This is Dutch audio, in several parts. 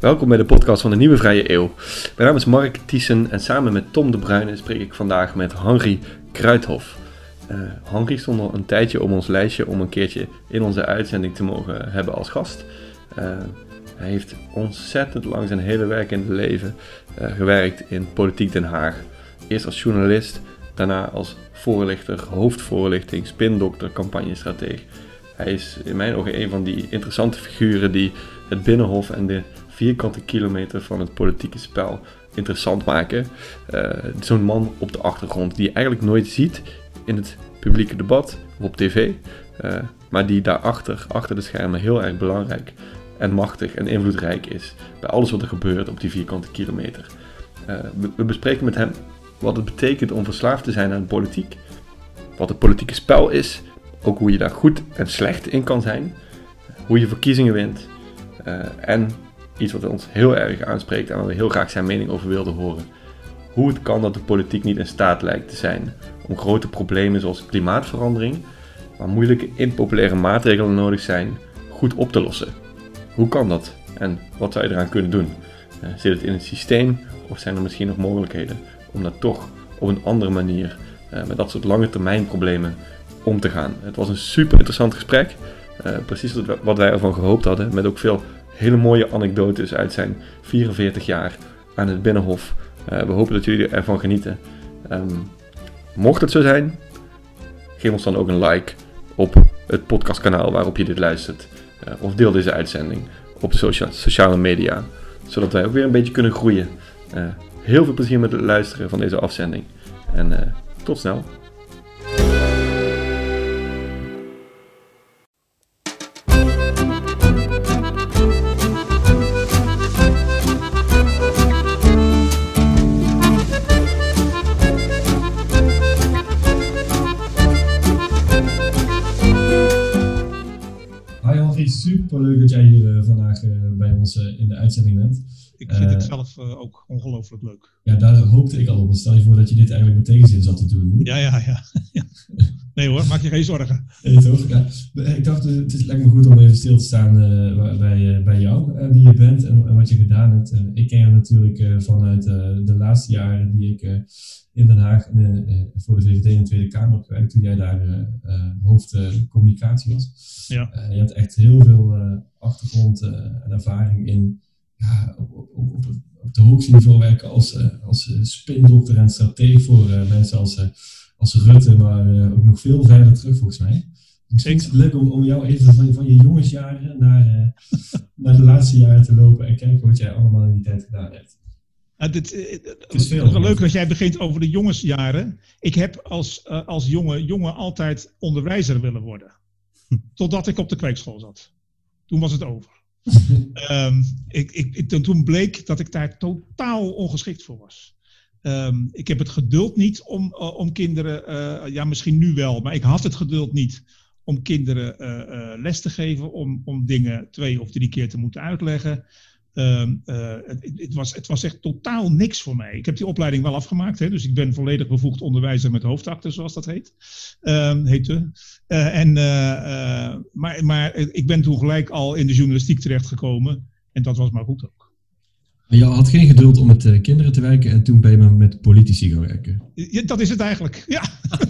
Welkom bij de podcast van de Nieuwe Vrije Eeuw. Mijn naam is Mark Thiessen en samen met Tom de Bruyne spreek ik vandaag met Henri Kruithof. Henri stond al een tijdje op ons lijstje om een keertje in onze uitzending te mogen hebben als gast. Hij heeft ontzettend lang zijn hele werkende leven gewerkt in Politiek Den Haag. Eerst als journalist, daarna als voorlichter, hoofdvoorlichting, spindokter, campagnestrateeg. Hij is in mijn ogen een van die interessante figuren die het Binnenhof en de vierkante kilometer van het politieke spel interessant maken. Zo'n man op de achtergrond die je eigenlijk nooit ziet in het publieke debat of op tv. Maar die daarachter, achter de schermen, heel erg belangrijk en machtig en invloedrijk is bij alles wat er gebeurt op die vierkante kilometer. We bespreken met hem wat het betekent om verslaafd te zijn aan politiek. Wat het politieke spel is. Ook hoe je daar goed en slecht in kan zijn. Hoe je verkiezingen wint. En iets wat ons heel erg aanspreekt en waar we heel graag zijn mening over wilden horen. Hoe het kan dat de politiek niet in staat lijkt te zijn om grote problemen zoals klimaatverandering, waar moeilijke impopulaire maatregelen nodig zijn, goed op te lossen. Hoe kan dat? En wat zou je eraan kunnen doen? Zit het in het systeem of zijn er misschien nog mogelijkheden om dat toch op een andere manier met dat soort lange termijn problemen om te gaan? Het was een super interessant gesprek. Precies wat wij ervan gehoopt hadden. Met ook veel hele mooie anekdotes uit zijn 44 jaar aan het Binnenhof. We hopen dat jullie ervan genieten. Mocht het zo zijn, geef ons dan ook een like op het podcastkanaal waarop je dit luistert. Of deel deze uitzending op de sociale media. Zodat wij ook weer een beetje kunnen groeien. Heel veel plezier met het luisteren van deze afzending. En tot snel. Superleuk dat jij hier vandaag bij ons in de uitzending bent. Ik vind het zelf ook ongelooflijk leuk. Ja, daar hoopte ik al op. Stel je voor dat je dit eigenlijk met tegenzin zat te doen. Ja. Nee hoor, maak je geen zorgen. Nee toch? Ja. Ik dacht, het lijkt me goed om even stil te staan bij jou, wie je bent en wat je gedaan hebt. Ik ken jou natuurlijk vanuit de laatste jaren die ik in Den Haag voor de VVD in de Tweede Kamer heb gewerkt, toen jij daar hoofd communicatie was. Ja. Je had echt heel veel achtergrond en ervaring in op de hoogste niveau werken als spindokter en strateeg voor mensen als Rutte, maar ook nog veel verder terug volgens mij. Misschien is het leuk om jou even van je jongensjaren naar de laatste jaren te lopen en kijken wat jij allemaal in die tijd gedaan hebt. Het is wel leuk dat jij begint over de jongensjaren. Ik heb als jongen altijd onderwijzer willen worden. Totdat ik op de kweekschool zat. Toen was het over. Toen bleek dat ik daar totaal ongeschikt voor was. Ik heb het geduld niet om kinderen, misschien nu wel, maar ik had het geduld niet om kinderen les te geven, om dingen 2 of 3 keer te moeten uitleggen. Het was echt totaal niks voor mij. Ik heb die opleiding wel afgemaakt, hè, dus ik ben volledig bevoegd onderwijzer met hoofdakte, zoals dat heet. Maar ik ben toen gelijk al in de journalistiek terechtgekomen en dat was maar goed ook. Je had geen geduld om met kinderen te werken en toen ben je maar met politici gaan werken. Ja, dat is het eigenlijk, ja.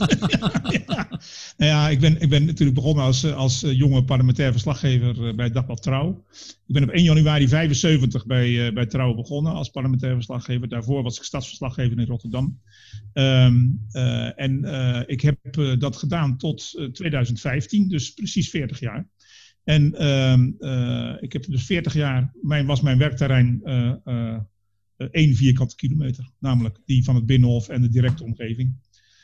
Nou ja, ik ben natuurlijk begonnen als jonge parlementair verslaggever bij het dagblad Trouw. Ik ben op 1 januari 1975 bij Trouw begonnen als parlementair verslaggever. Daarvoor was ik stadsverslaggever in Rotterdam. Ik heb dat gedaan tot 2015, dus precies 40 jaar. En ik heb dus 40 jaar, was mijn werkterrein 1 vierkante kilometer. Namelijk die van het Binnenhof en de directe omgeving.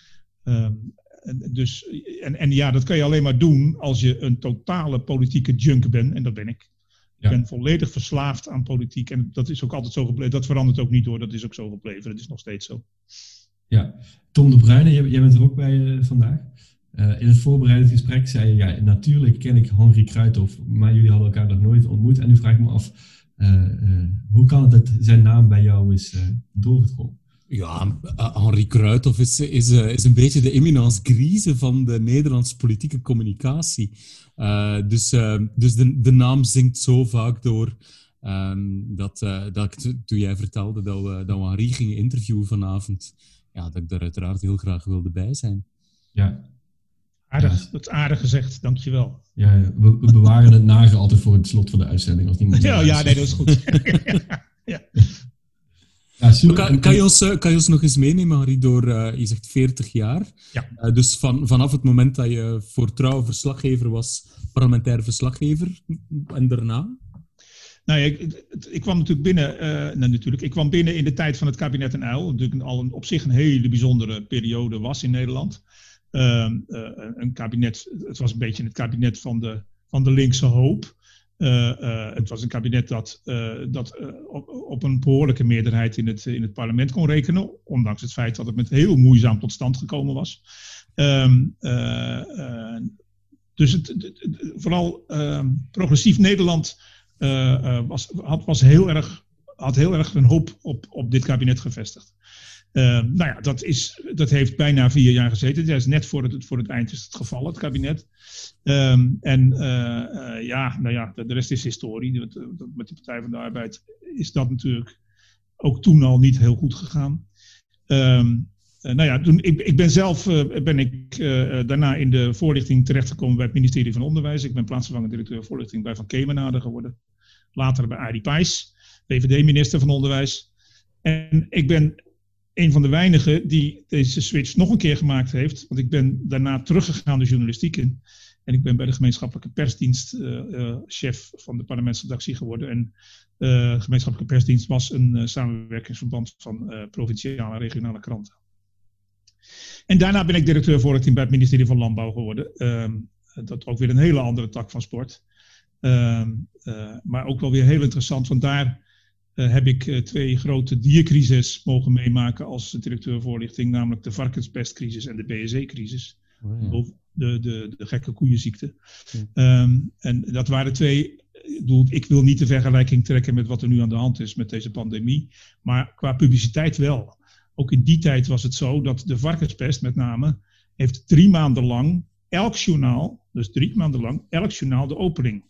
Dat kan je alleen maar doen als je een totale politieke junk bent. En dat ben ik. Ja. Ik ben volledig verslaafd aan politiek. En dat is ook altijd zo gebleven. Dat verandert ook niet hoor. Dat is ook zo gebleven. Dat is nog steeds zo. Ja. Tom de Bruyne, jij bent er ook bij vandaag. In het voorbereidend gesprek zei je, ja, natuurlijk ken ik Henri Kruithof, maar jullie hadden elkaar nog nooit ontmoet. En nu vraag ik me af, hoe kan het dat zijn naam bij jou is doorgedrongen? Ja, Henri Kruithof is een beetje de eminence grise van de Nederlandse politieke communicatie. Dus de naam zingt zo vaak door Toen jij vertelde dat we Henri gingen interviewen vanavond, dat ik daar uiteraard heel graag wilde bij zijn. Ja. Aardig, dat is aardig gezegd, dankjewel. Ja, we bewaren het nage altijd voor het slot van de uitzending. Als niemand nee, dat is goed. Ja. Ja, super. Kan je ons nog eens meenemen, Henri, door, je zegt 40 jaar. Ja. Dus vanaf het moment dat je voor Trouw verslaggever was, parlementair verslaggever, en daarna? Nou ja, ik kwam natuurlijk binnen, ik kwam binnen in de tijd van het kabinet En Uyl, natuurlijk op zich een hele bijzondere periode was in Nederland. Een kabinet, het was een beetje het kabinet van de linkse hoop. Het was een kabinet dat op een behoorlijke meerderheid in het parlement kon rekenen, ondanks het feit dat het met heel moeizaam tot stand gekomen was. Dus vooral progressief Nederland had heel erg een hoop op dit kabinet gevestigd. Dat heeft bijna 4 jaar gezeten. Dat is net voor het eind is het gevallen, het kabinet. De rest is historie. Met de Partij van de Arbeid is dat natuurlijk ook toen al niet heel goed gegaan. Ben ik daarna in de voorlichting terechtgekomen bij het ministerie van Onderwijs. Ik ben plaatsvervangend directeur voorlichting bij Van Kemenade geworden. Later bij Arie Pijs, VVD-minister van Onderwijs. En ik ben een van de weinigen die deze switch nog een keer gemaakt heeft. Want ik ben daarna teruggegaan de journalistiek in. En ik ben bij de gemeenschappelijke persdienst chef van de parlementsredactie geworden. En de gemeenschappelijke persdienst was een samenwerkingsverband van provinciale en regionale kranten. En daarna ben ik directeur voorlichting bij het ministerie van Landbouw geworden. Dat ook weer een hele andere tak van sport. Maar ook wel weer heel interessant, want daar heb ik 2 grote diercrises mogen meemaken als directeur voorlichting, namelijk de varkenspestcrisis en de BSE-crisis. Oh ja. De gekke koeienziekte. Ja. En dat waren 2. Ik wil niet de vergelijking trekken met wat er nu aan de hand is met deze pandemie, maar qua publiciteit wel. Ook in die tijd was het zo dat de varkenspest met name heeft 3 maanden lang elk journaal, dus 3 maanden lang elk journaal de opening.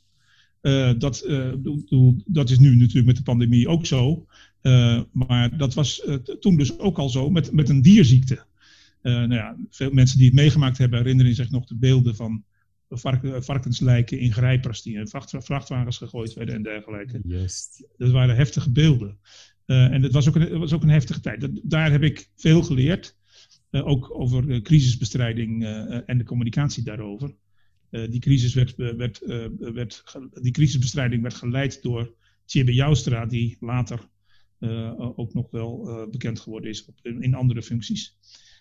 Dat is nu natuurlijk met de pandemie ook zo. Maar dat was toen dus ook al zo met een dierziekte. Veel mensen die het meegemaakt hebben herinneren zich nog de beelden van varkenslijken in grijpers die in vrachtwagens gegooid werden en dergelijke. Juist. Dat waren heftige beelden. En het was ook een heftige tijd. Daar heb ik veel geleerd. Ook over crisisbestrijding en de communicatie daarover. Die crisisbestrijding werd geleid door Tjibbe Joustra, die later ook nog wel bekend geworden is in andere functies.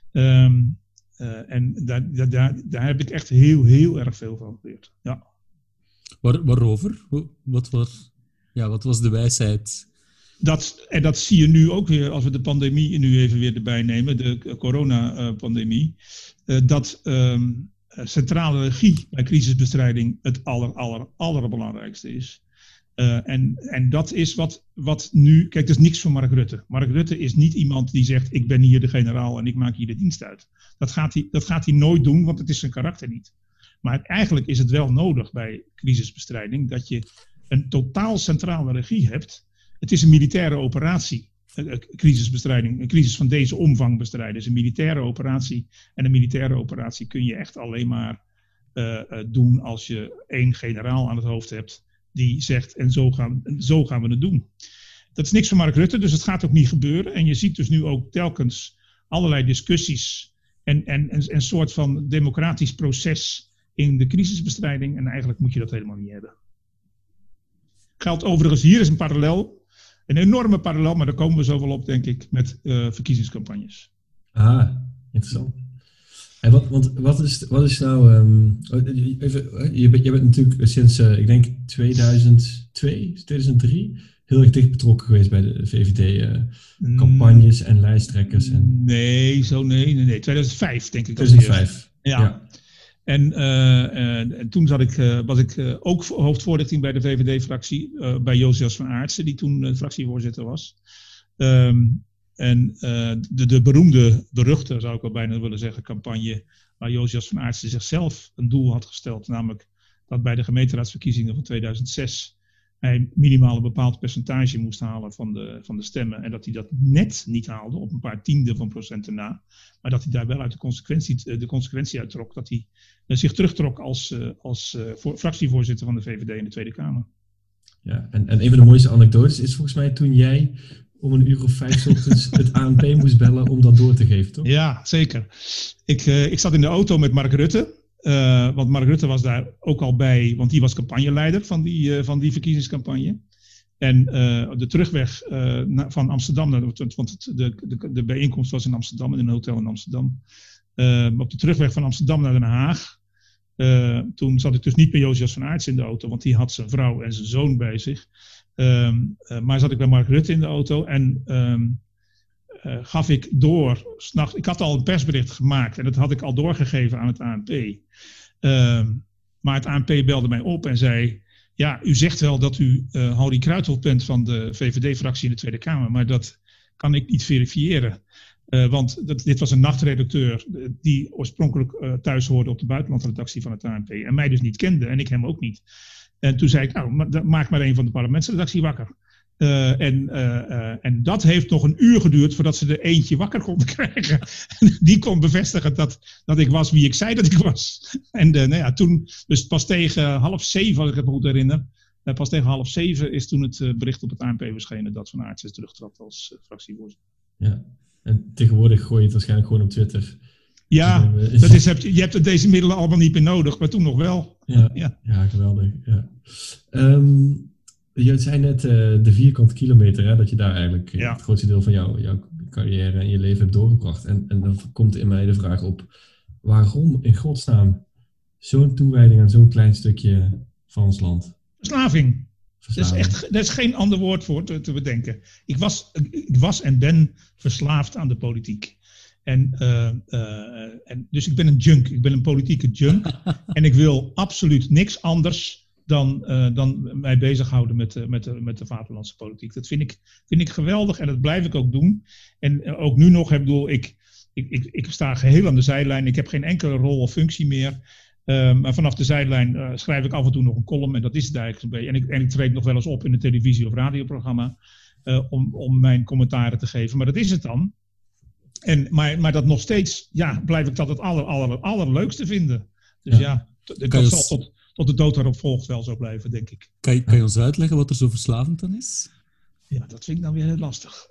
En daar heb ik echt heel, heel erg veel van geleerd. Ja. Waarover? Wat was de wijsheid? Dat zie je nu ook weer, als we de pandemie nu even weer erbij nemen, de coronapandemie, dat centrale regie bij crisisbestrijding het allerbelangrijkste is. En dat is wat nu... Kijk, dat is niks voor Mark Rutte. Mark Rutte is niet iemand die zegt, ik ben hier de generaal en ik maak hier de dienst uit. Dat gaat hij nooit doen, want het is zijn karakter niet. Maar eigenlijk is het wel nodig bij crisisbestrijding dat je een totaal centrale regie hebt. Het is een militaire operatie, crisisbestrijding. Een crisis van deze omvang bestrijden is een militaire operatie. En een militaire operatie kun je echt alleen maar doen als je 1 generaal aan het hoofd hebt die zegt, en zo gaan we het doen. Dat is niks van Mark Rutte, dus het gaat ook niet gebeuren. En je ziet dus nu ook telkens allerlei discussies en een soort van democratisch proces in de crisisbestrijding. En eigenlijk moet je dat helemaal niet hebben. Geldt overigens, hier is een parallel, een enorme parallel, maar daar komen we zo wel op, denk ik, met verkiezingscampagnes. Ah, interessant. En wat is nou... Je bent natuurlijk sinds, ik denk 2003... heel erg dicht betrokken geweest bij de VVD-campagnes en lijsttrekkers. Nee, 2005 denk ik. 2005, ja. En toen was ik ook hoofdvoorlichting bij de VVD-fractie, bij Josias van Aartsen, die toen fractievoorzitter was. De beruchte, zou ik wel bijna willen zeggen, campagne waar Josias van Aartsen zichzelf een doel had gesteld, namelijk dat bij de gemeenteraadsverkiezingen van 2006 hij minimaal een bepaald percentage moest halen van de stemmen. En dat hij dat net niet haalde, op een paar tienden van procenten na. Maar dat hij daar wel uit de consequentie uit trok. Dat hij zich terugtrok als fractievoorzitter van de VVD in de Tweede Kamer. Ja, en een van de mooiste anekdotes is volgens mij toen jij om 5:00 ochtends het ANP moest bellen om dat door te geven, toch? Ja, zeker. Ik zat in de auto met Mark Rutte. Want Mark Rutte was daar ook al bij, want die was campagneleider van die verkiezingscampagne. En de terugweg van Amsterdam, want de bijeenkomst was in Amsterdam, in een hotel in Amsterdam. Op de terugweg van Amsterdam naar Den Haag, toen zat ik dus niet bij Josias van Aartsen in de auto, want die had zijn vrouw en zijn zoon bij zich. Maar zat ik bij Mark Rutte in de auto en gaf ik door, 's nachts, ik had al een persbericht gemaakt en dat had ik al doorgegeven aan het ANP. Maar het ANP belde mij op en zei, ja, u zegt wel dat u Henri Kruithof bent van de VVD-fractie in de Tweede Kamer, maar dat kan ik niet verifiëren. Want dit was een nachtredacteur die oorspronkelijk thuis hoorde op de buitenlandredactie van het ANP en mij dus niet kende en ik hem ook niet. En toen zei ik, nou, maak maar een van de parlementsredactie wakker. En dat heeft nog een uur geduurd voordat ze er eentje wakker konden krijgen. Die kon bevestigen dat ik was wie ik zei dat ik was. En toen, dus pas tegen 6:30, als ik het me goed herinner, pas tegen 6:30 is toen het bericht op het ANP verschenen dat Van Aartsen terugtrad als fractievoorzitter. Ja, en tegenwoordig gooi je het waarschijnlijk gewoon op Twitter. Ja, je hebt deze middelen allemaal niet meer nodig, maar toen nog wel. Ja, geweldig. Ja. Je zei net de vierkante kilometer, hè, dat je daar eigenlijk het grootste deel van jouw carrière en je leven hebt doorgebracht. En dan komt in mij de vraag op, waarom in godsnaam zo'n toewijding aan zo'n klein stukje van ons land? Verslaving. Er is geen ander woord voor te bedenken. Ik was en ben verslaafd aan de politiek. En dus ik ben een junk, ik ben een politieke junk. En ik wil absoluut niks anders dan mij bezighouden met de vaderlandse politiek. Dat vind ik geweldig en dat blijf ik ook doen. En ook nu nog, ik sta geheel aan de zijlijn. Ik heb geen enkele rol of functie meer. Maar vanaf de zijlijn schrijf ik af en toe nog een column. En dat is het eigenlijk een beetje. En ik treed nog wel eens op in een televisie- of radioprogramma. Om mijn commentaren te geven. Maar dat is het dan. Maar dat nog steeds, blijf ik dat het allerleukste vinden. Dus dat zal tot de dood daarop volgt wel zo blijven, denk ik. Kan je ons uitleggen wat er zo verslavend aan is? Ja, dat vind ik dan weer heel lastig.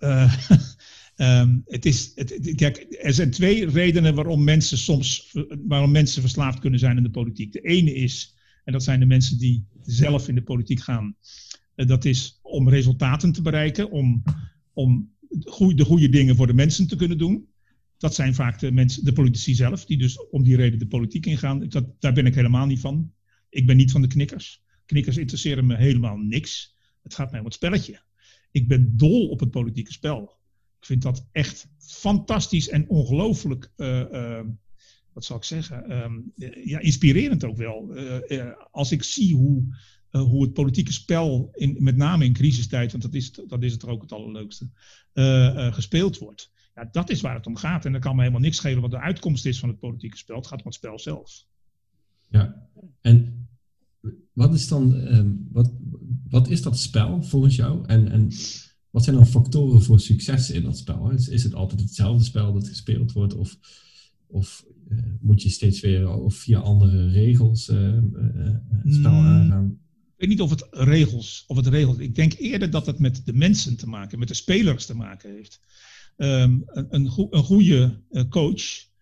Kijk, er zijn 2 redenen waarom mensen verslaafd kunnen zijn in de politiek. De ene is, en dat zijn de mensen die zelf in de politiek gaan, dat is om resultaten te bereiken, om de goede dingen voor de mensen te kunnen doen. Dat zijn vaak de politici zelf, die dus om die reden de politiek ingaan. Daar ben ik helemaal niet van. Ik ben niet van de knikkers. Knikkers interesseren me helemaal niks. Het gaat mij om het spelletje. Ik ben dol op het politieke spel. Ik vind dat echt fantastisch en ongelooflijk, wat zal ik zeggen, inspirerend ook wel. Als ik zie hoe het politieke spel, met name in crisistijd, want dat is het er ook het allerleukste, gespeeld wordt. Ja, dat is waar het om gaat. En dan kan me helemaal niks schelen wat de uitkomst is van het politieke spel. Het gaat om het spel zelf. Ja, en wat is dan, wat is dat spel volgens jou? En wat zijn dan factoren voor succes in dat spel? Is het altijd hetzelfde spel dat gespeeld wordt? Of moet je steeds weer of via andere regels het spel aangaan? Ik weet niet of het regels. Ik denk eerder dat het met de mensen te maken, met de spelers te maken heeft. Een goede coach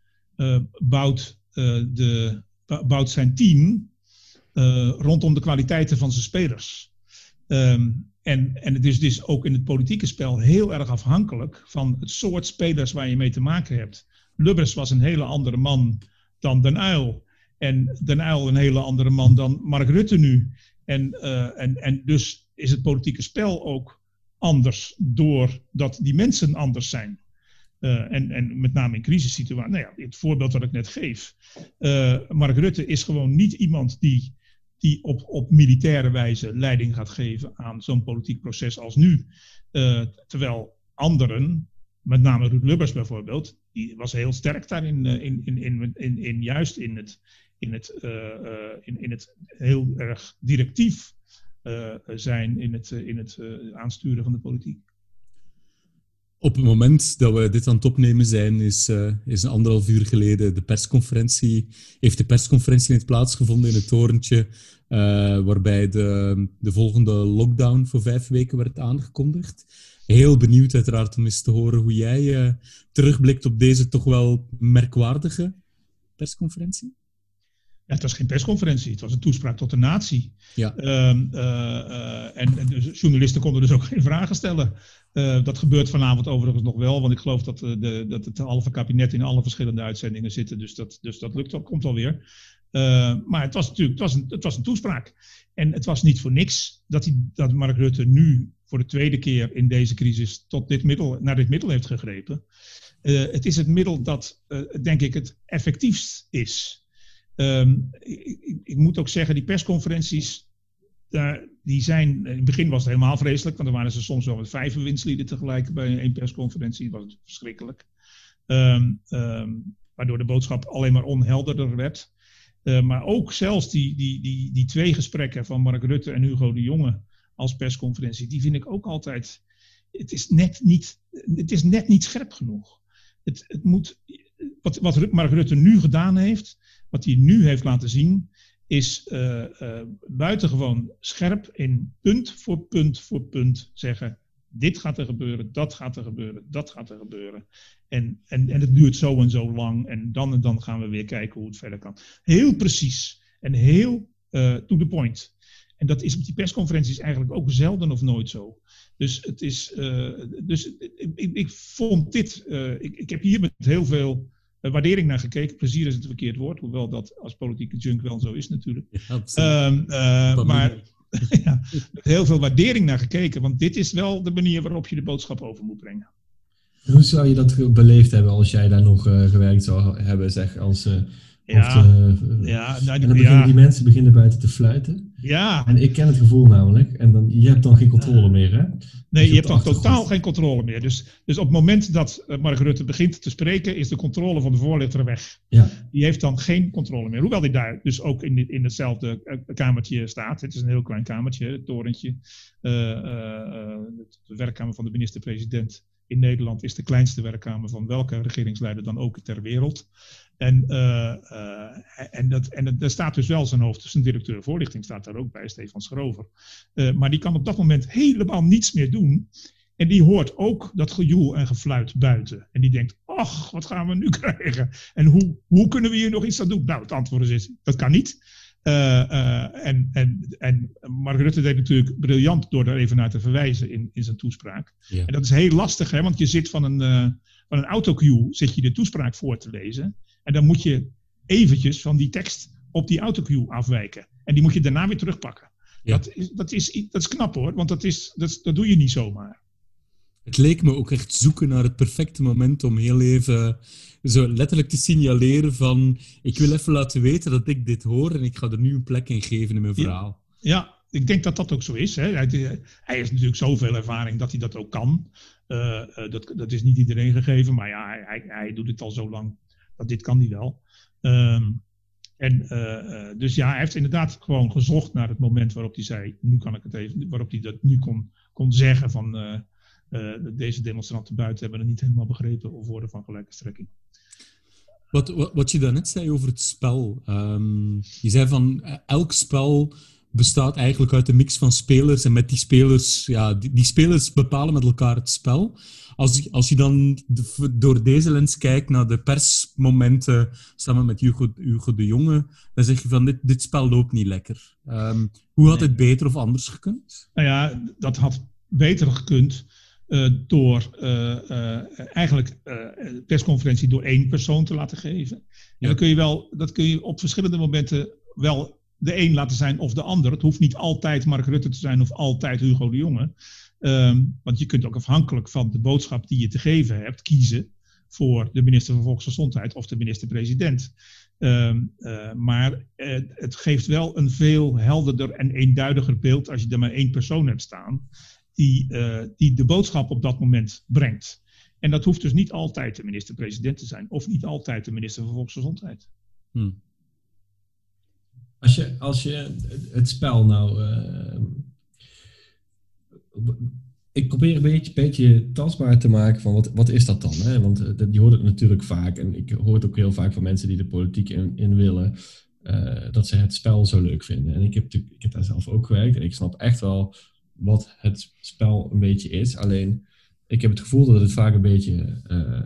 bouwt zijn team rondom de kwaliteiten van zijn spelers. En het is dus ook in het politieke spel heel erg afhankelijk van het soort spelers waar je mee te maken hebt. Lubbers was een hele andere man dan Den Uyl. En Den Uyl een hele andere man dan Mark Rutte nu. En dus is het politieke spel ook anders doordat die mensen anders zijn. En met name in crisissituaties. Nou ja, het voorbeeld dat ik net geef. Mark Rutte is gewoon niet iemand die op militaire wijze leiding gaat geven aan zo'n politiek proces als nu. Terwijl anderen, met name Ruud Lubbers bijvoorbeeld, die was heel sterk daarin, juist in het heel erg directief zijn in het aansturen van de politiek. Op het moment dat we dit aan het opnemen zijn, is 1,5 uur geleden heeft de persconferentie net plaatsgevonden in het torentje, waarbij de volgende lockdown voor 5 weken werd aangekondigd. Heel benieuwd uiteraard om eens te horen hoe jij terugblikt op deze toch wel merkwaardige persconferentie. Ja, het was geen persconferentie, het was een toespraak tot de natie. Ja. En de journalisten konden dus ook geen vragen stellen. Dat gebeurt vanavond overigens nog wel, want ik geloof dat het halve kabinet in alle verschillende uitzendingen zitten. Dus dat lukt, dat komt alweer. Maar het was natuurlijk het was een toespraak. En het was niet voor niks dat Mark Rutte nu voor de tweede keer in deze crisis naar dit middel heeft gegrepen. Het is het middel dat, denk ik, het effectiefst is. Ik moet ook zeggen, die persconferenties, die zijn, in het begin was het helemaal vreselijk, want dan waren ze soms wel met 5 bewindslieden tegelijk bij één persconferentie. Dat was verschrikkelijk. Waardoor de boodschap alleen maar onhelderder werd. Maar ook zelfs die 2 gesprekken van Mark Rutte en Hugo de Jonge als persconferentie, die vind ik ook altijd, het is net niet scherp genoeg. Het moet, wat Mark Rutte nu gedaan heeft, wat hij nu heeft laten zien, is buitengewoon scherp in punt voor punt zeggen, dit gaat er gebeuren, dat gaat er gebeuren, dat gaat er gebeuren. En het duurt zo en zo lang en dan gaan we weer kijken hoe het verder kan. Heel precies en heel to the point. En dat is op die persconferenties eigenlijk ook zelden of nooit zo. Dus het is, ik vond dit, ik heb hier met heel veel waardering naar gekeken. Plezier is het verkeerd woord, hoewel dat als politieke junk wel zo is natuurlijk. Ja, maar ja, met heel veel waardering naar gekeken, want dit is wel de manier waarop je de boodschap over moet brengen. Hoe zou je dat beleefd hebben als jij daar nog gewerkt zou hebben, zeg, als... en dan beginnen die mensen buiten te fluiten. Ja. En ik ken het gevoel namelijk. En je hebt dan geen controle meer, hè? Nee, je hebt dan totaal geen controle meer. Dus op het moment dat Mark Rutte begint te spreken, is de controle van de voorlichter weg. Ja. Die heeft dan geen controle meer. Hoewel hij daar dus ook in hetzelfde kamertje staat. Het is een heel klein kamertje, het torentje. De werkkamer van de minister-president in Nederland is de kleinste werkkamer van welke regeringsleider dan ook ter wereld. En er staat dus wel zijn hoofd, zijn directeur voorlichting staat daar ook bij, Stefan Schrover. Maar die kan op dat moment helemaal niets meer doen. En die hoort ook dat gejoel en gefluit buiten. En die denkt, ach, wat gaan we nu krijgen? En hoe kunnen we hier nog iets aan doen? Nou, het antwoord is, dat kan niet. En Mark Rutte deed natuurlijk briljant door daar even naar te verwijzen in zijn toespraak. Ja. En dat is heel lastig, hè, want je zit van een autocue, zit je de toespraak voor te lezen. En dan moet je eventjes van die tekst op die autocue afwijken. En die moet je daarna weer terugpakken. Ja. Dat is knap hoor, want dat doe je niet zomaar. Het leek me ook echt zoeken naar het perfecte moment om heel even zo letterlijk te signaleren van ik wil even laten weten dat ik dit hoor en ik ga er nu een plek in geven in mijn verhaal. Ja, ik denk dat dat ook zo is. Hè. Hij heeft natuurlijk zoveel ervaring dat hij dat ook kan. Dat is niet iedereen gegeven, maar ja, hij doet het al zo lang dat dit kan hij wel. Dus ja, hij heeft inderdaad gewoon gezocht naar het moment waarop hij zei, nu kan ik het even, waarop hij dat nu kon zeggen van deze demonstranten buiten hebben het niet helemaal begrepen of woorden van gelijke strekking. Wat je daarnet zei over het spel. Je zei van elk spel bestaat eigenlijk uit een mix van spelers en met die spelers, ja, die spelers bepalen met elkaar het spel. Als je dan door deze lens kijkt naar de persmomenten samen met Hugo de Jonge, dan zeg je van dit spel loopt niet lekker. Hoe had het beter of anders gekund? Nou ja, dat had beter gekund door eigenlijk persconferentie door 1 persoon te laten geven. En ja. Dat kun je op verschillende momenten wel de een laten zijn of de ander. Het hoeft niet altijd Mark Rutte te zijn of altijd Hugo de Jonge. Want je kunt ook afhankelijk van de boodschap die je te geven hebt, kiezen voor de minister van Volksgezondheid of de minister-president. Maar het geeft wel een veel helderder en eenduidiger beeld als je er maar 1 persoon hebt staan die de boodschap op dat moment brengt. En dat hoeft dus niet altijd de minister-president te zijn of niet altijd de minister van Volksgezondheid. Als je het spel nou ik probeer een beetje tastbaar te maken van wat is dat dan? Hè? Want je hoort het natuurlijk vaak, en ik hoor het ook heel vaak van mensen die de politiek in willen, dat ze het spel zo leuk vinden. En ik heb daar zelf ook gewerkt en ik snap echt wel wat het spel een beetje is. Alleen, ik heb het gevoel dat het vaak een beetje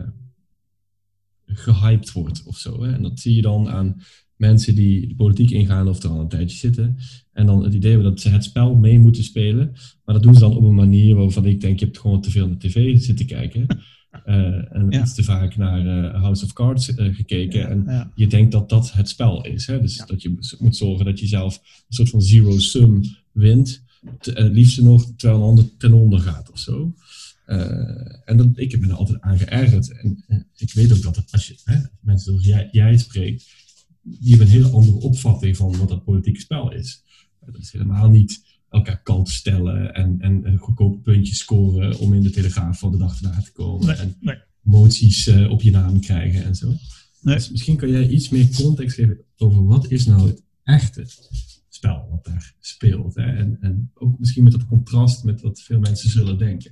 gehyped wordt of zo. Hè? En dat zie je dan aan mensen die de politiek ingaan of er al een tijdje zitten. En dan het idee dat ze het spel mee moeten spelen. Maar dat doen ze dan op een manier waarvan ik denk, je hebt gewoon te veel naar tv zitten kijken. En iets te vaak naar House of Cards gekeken. En je denkt dat dat het spel is. Hè? Dus dat je moet zorgen dat je zelf een soort van zero-sum wint. Het liefst nog terwijl een ander ten onder gaat of zo. En ik heb me er altijd aan geërgerd. En ik weet ook dat als je mensen zoals jij spreekt, die hebben een hele andere opvatting van wat dat politieke spel is. Dat is helemaal niet elkaar kant stellen en goedkope puntjes scoren om in de Telegraaf van de dag vandaag te komen. Nee. Moties op je naam krijgen en zo. Nee. Dus misschien kan jij iets meer context geven over wat is nou het echte spel wat daar speelt. Hè? En ook misschien met dat contrast met wat veel mensen zullen denken.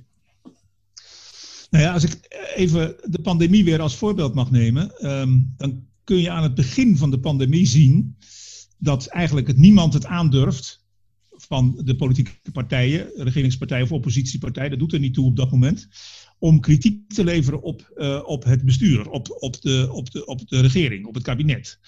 Nou ja, als ik even de pandemie weer als voorbeeld mag nemen, dan kun je aan het begin van de pandemie zien dat eigenlijk niemand het aandurft van de politieke partijen, regeringspartijen of oppositiepartijen, dat doet er niet toe op dat moment, om kritiek te leveren op het bestuur, op de regering, op het kabinet.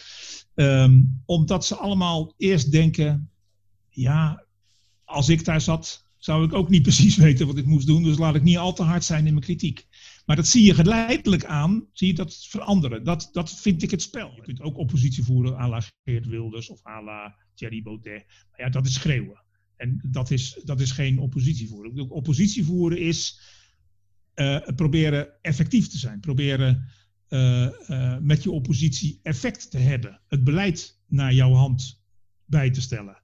Omdat ze allemaal eerst denken, ja, als ik daar zat, zou ik ook niet precies weten wat ik moest doen, dus laat ik niet al te hard zijn in mijn kritiek. Maar dat zie je geleidelijk aan, zie je dat veranderen. Dat vind ik het spel. Je kunt ook oppositie voeren à la Geert Wilders of à la Thierry Baudet. Maar ja, dat is schreeuwen. En dat is geen oppositie voeren. Oppositie voeren is proberen effectief te zijn. Proberen met je oppositie effect te hebben. Het beleid naar jouw hand bij te stellen.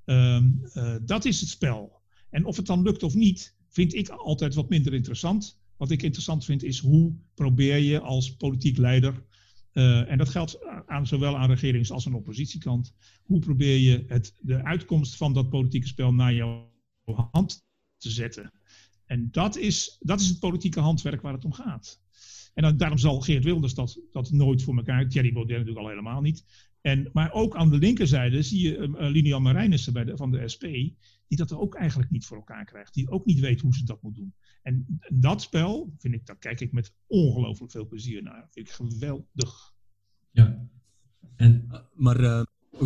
Dat is het spel. En of het dan lukt of niet, vind ik altijd wat minder interessant. Wat ik interessant vind is hoe probeer je als politiek leider, en dat geldt zowel aan regerings- als aan oppositiekant, hoe probeer je de uitkomst van dat politieke spel naar jouw hand te zetten. En dat is het politieke handwerk waar het om gaat. En daarom zal Geert Wilders dat nooit voor elkaar, Thierry Baudet natuurlijk al helemaal niet. Maar ook aan de linkerzijde zie je Lilian Marijnissen van de SP, die dat er ook eigenlijk niet voor elkaar krijgt. Die ook niet weet hoe ze dat moet doen. En dat spel, daar kijk ik met ongelooflijk veel plezier naar. Dat vind ik geweldig. Ja. Maar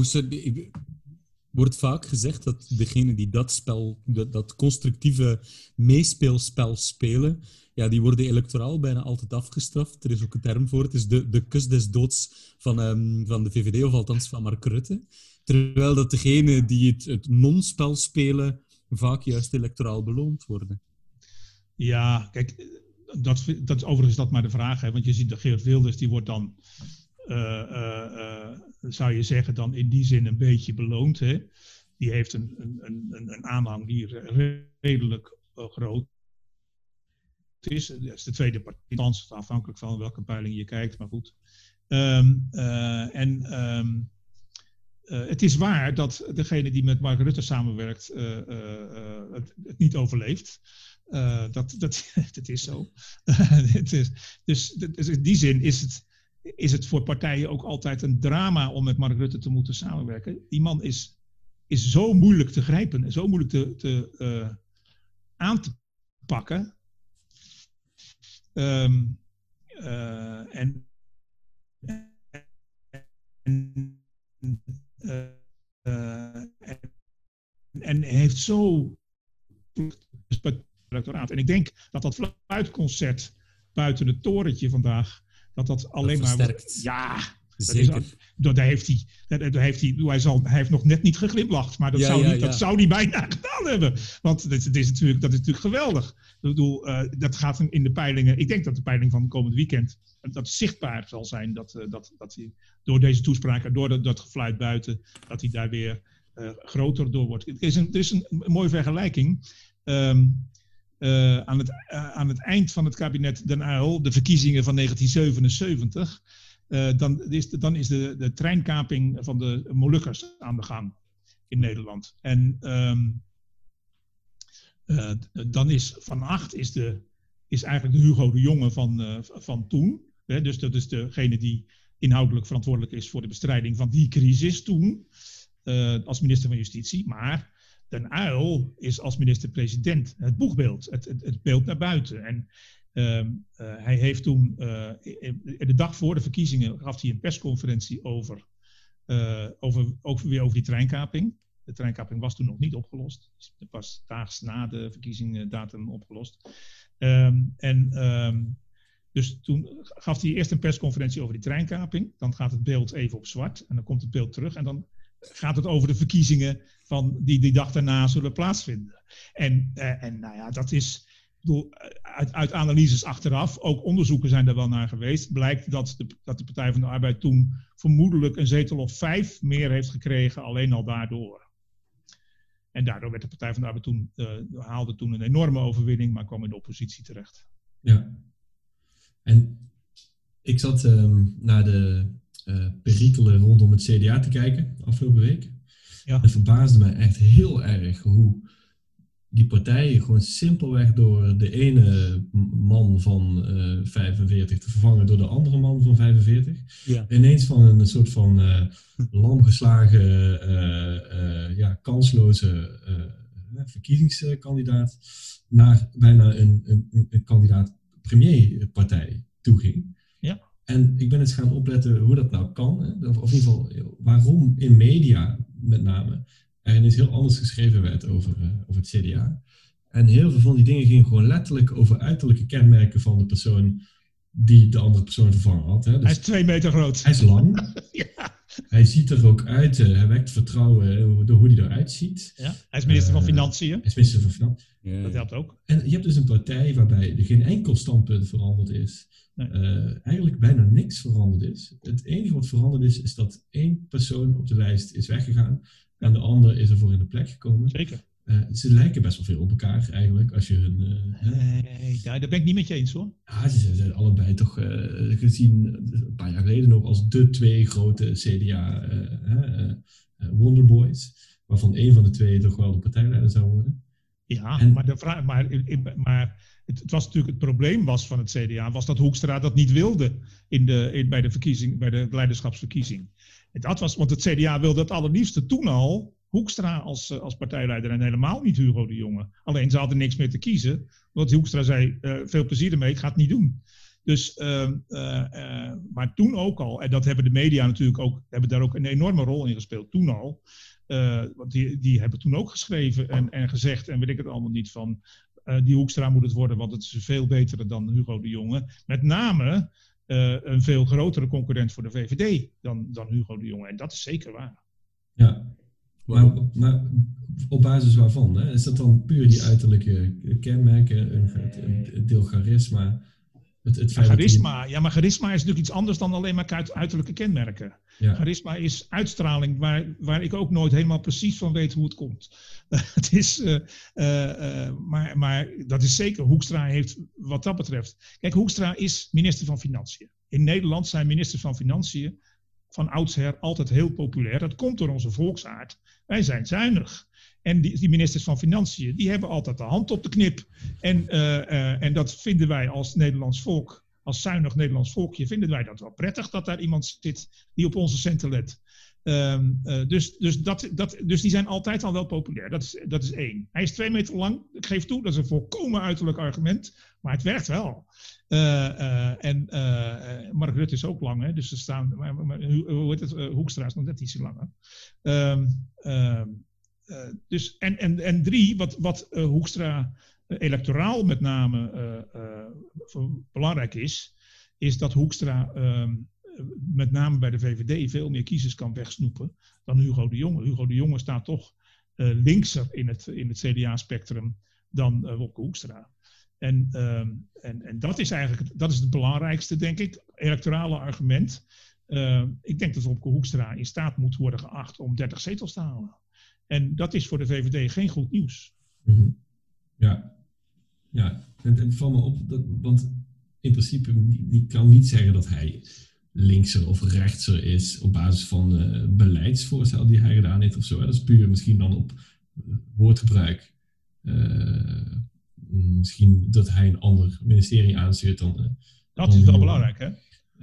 wordt vaak gezegd dat degenen die dat spel, dat constructieve meespeelspel spelen, ja, die worden electoraal bijna altijd afgestraft. Er is ook een term voor. Het is de kus des doods van de VVD, of althans van Mark Rutte. Terwijl dat degenen die het non-spel spelen vaak juist electoraal beloond worden. Ja, kijk, dat is overigens maar de vraag. Hè? Want je ziet dat Geert Wilders, die wordt dan, zou je zeggen, dan in die zin een beetje beloond. Hè? Die heeft een aanhang die redelijk groot is. Dat is de tweede partij, afhankelijk van welke peiling je kijkt, maar goed. Het is waar dat degene die met Mark Rutte samenwerkt het niet overleeft. Dat is zo. Dus in die zin is het voor partijen ook altijd een drama om met Mark Rutte te moeten samenwerken. Die man is zo moeilijk te grijpen en zo moeilijk aan te pakken. En heeft zo electoraat. En ik denk dat fluitconcert buiten het torentje vandaag, dat alleen maar versterkt. Ja, zeker. Hij heeft nog net niet geglimlacht, maar dat zou hij bijna gedaan hebben. Want dat is natuurlijk geweldig. Ik bedoel, dat gaat in de peilingen. Ik denk dat de peiling van komend weekend dat zichtbaar zal zijn dat hij door deze toespraken, door dat gefluit buiten, dat hij daar weer groter door wordt. Er is een mooie vergelijking. Aan het eind van het kabinet Den Uyl, de verkiezingen van 1977, dan is de treinkaping van de Molukkers aan de gang in Nederland. En Dan is Van Agt is eigenlijk de Hugo de Jonge van toen. Hè? Dus dat is degene die inhoudelijk verantwoordelijk is voor de bestrijding van die crisis toen. Als minister van Justitie. Maar Den Uyl is als minister-president het boegbeeld. Het beeld naar buiten. En hij heeft toen, de dag voor de verkiezingen, gaf hij een persconferentie weer over die treinkaping. De treinkaping was toen nog niet opgelost. Het was daags na de verkiezingsdatum opgelost. Dus toen gaf hij eerst een persconferentie over die treinkaping. Dan gaat het beeld even op zwart. En dan komt het beeld terug. En dan gaat het over de verkiezingen die dag daarna zullen plaatsvinden. En nou ja, dat is... Uit analyses achteraf, ook onderzoeken zijn er wel naar geweest, blijkt dat de Partij van de Arbeid toen vermoedelijk een zetel of 5 meer heeft gekregen, alleen al daardoor. En daardoor werd de Partij van de Arbeid haalde toen een enorme overwinning, maar kwam in de oppositie terecht. Ja. En ik zat naar de perikelen rondom het CDA te kijken afgelopen week. Ja. Het verbaasde mij echt heel erg hoe die partijen gewoon simpelweg door de ene man van 45 te vervangen door de andere man van 45. Ja. Ineens van een soort van lamgeslagen, kansloze verkiezingskandidaat naar bijna een kandidaat premierpartij toeging. Ja. En ik ben eens gaan opletten hoe dat nou kan. Hè? Of in ieder geval waarom in media met name er ineens heel anders geschreven werd over het CDA. En heel veel van die dingen gingen gewoon letterlijk over uiterlijke kenmerken van de persoon die de andere persoon vervangen had. Hè. Dus hij is 2 meter groot. Hij is lang. Ja. Hij ziet er ook uit. Hij wekt vertrouwen door hoe hij eruit ziet. Ja. Hij is minister van Financiën. Hij is minister van Financiën. Ja. Dat helpt ook. En je hebt dus een partij waarbij er geen enkel standpunt veranderd is. Nee. Eigenlijk bijna niks veranderd is. Het enige wat veranderd is dat 1 persoon op de lijst is weggegaan. En de ander is ervoor in de plek gekomen. Zeker. Ze lijken best wel veel op elkaar eigenlijk. Als je hun, nee, daar ben ik niet met je eens hoor. Ja, ze zijn allebei toch gezien een paar jaar geleden nog als de 2 grote CDA Wonderboys. Waarvan 1 van de 2 toch wel de partijleider zou worden. Ja, maar het was natuurlijk het probleem van het CDA was dat Hoekstra dat niet wilde bij de leiderschapsverkiezing. En dat was, want het CDA wilde het allerliefste toen al Hoekstra als partijleider en helemaal niet Hugo de Jonge. Alleen ze hadden niks meer te kiezen, want Hoekstra zei veel plezier ermee, ik ga het niet doen. Dus, maar toen ook al, en dat hebben de media natuurlijk ook, hebben daar ook een enorme rol in gespeeld, toen al. Want die hebben toen ook geschreven en gezegd, en weet ik het allemaal niet van, die Hoekstra moet het worden, want het is veel beter dan Hugo de Jonge. Met name een veel grotere concurrent voor de VVD dan Hugo de Jonge. En dat is zeker waar. Ja, maar op basis waarvan? Hè? Is dat dan puur die uiterlijke kenmerken, een deel charisma? Ja, maar charisma is natuurlijk iets anders dan alleen maar uiterlijke kenmerken. Ja. Charisma is uitstraling waar ik ook nooit helemaal precies van weet hoe het komt. Het is, maar dat is zeker. Hoekstra heeft wat dat betreft... Kijk, Hoekstra is minister van Financiën. In Nederland zijn ministers van Financiën van oudsher altijd heel populair. Dat komt door onze volksaard. Wij zijn zuinig. En die ministers van Financiën, die hebben altijd de hand op de knip. En dat vinden wij als Nederlands volk, als zuinig Nederlands volkje, vinden wij dat wel prettig dat daar iemand zit die op onze centen let. Dus die zijn altijd al wel populair. Dat is 1. Hij is 2 meter lang. Ik geef toe, dat is een volkomen uiterlijk argument. Maar het werkt wel. Mark Rutte is ook lang. Hè? Dus er staan... hoe heet het? Hoekstra is nog net ietsje langer. Dus, en 3, wat Hoekstra electoraal met name belangrijk is dat Hoekstra met name bij de VVD veel meer kiezers kan wegsnoepen dan Hugo de Jonge. Hugo de Jonge staat toch linkser in het CDA-spectrum dan Wopke Hoekstra. En dat is eigenlijk het belangrijkste, denk ik, electorale argument. Ik denk dat Wopke Hoekstra in staat moet worden geacht om 30 zetels te halen. En dat is voor de VVD geen goed nieuws. Mm-hmm. Ja. En valt me op, want in principe kan niet zeggen dat hij linkser of rechtser is op basis van beleidsvoorstellen die hij gedaan heeft of zo. Dat is puur misschien dan op woordgebruik misschien dat hij een ander ministerie aanstuurt dan... Dat is wel belangrijk, hè?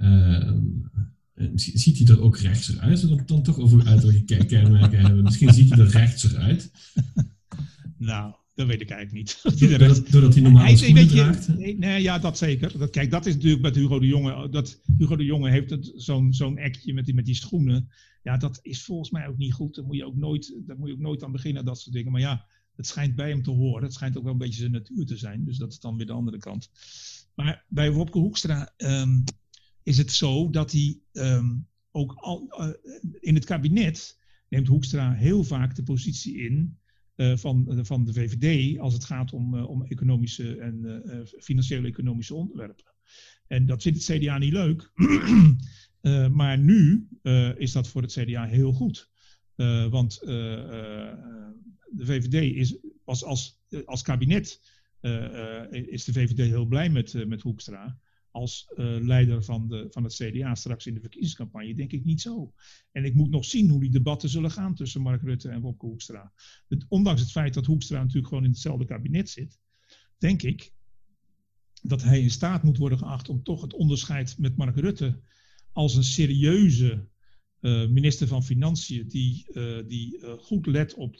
Ziet hij er ook rechtser uit? Als we het dan toch over uiterlijke kenmerken hebben. Misschien ziet hij er rechtser uit. Nou, dat weet ik eigenlijk niet. Doordat hij normale schoenen draagt? Nee, ja, dat zeker. Kijk, dat is natuurlijk met Hugo de Jonge. Hugo de Jonge heeft zo'n actje met die schoenen. Ja, dat is volgens mij ook niet goed. Daar moet je ook nooit aan beginnen, dat soort dingen. Maar ja, het schijnt bij hem te horen. Het schijnt ook wel een beetje zijn natuur te zijn. Dus dat is dan weer de andere kant. Maar bij Wopke Hoekstra is het zo dat hij ook in het kabinet neemt Hoekstra heel vaak de positie in van de VVD als het gaat om economische en financiële economische onderwerpen. En dat vindt het CDA niet leuk. Maar nu is dat voor het CDA heel goed. Want de VVD als kabinet is de VVD heel blij met Hoekstra. Als leider van het CDA straks in de verkiezingscampagne denk ik niet zo. En ik moet nog zien hoe die debatten zullen gaan tussen Mark Rutte en Wopke Hoekstra. Ondanks het feit dat Hoekstra natuurlijk gewoon in hetzelfde kabinet zit, denk ik dat hij in staat moet worden geacht om toch het onderscheid met Mark Rutte als een serieuze minister van Financiën die goed let op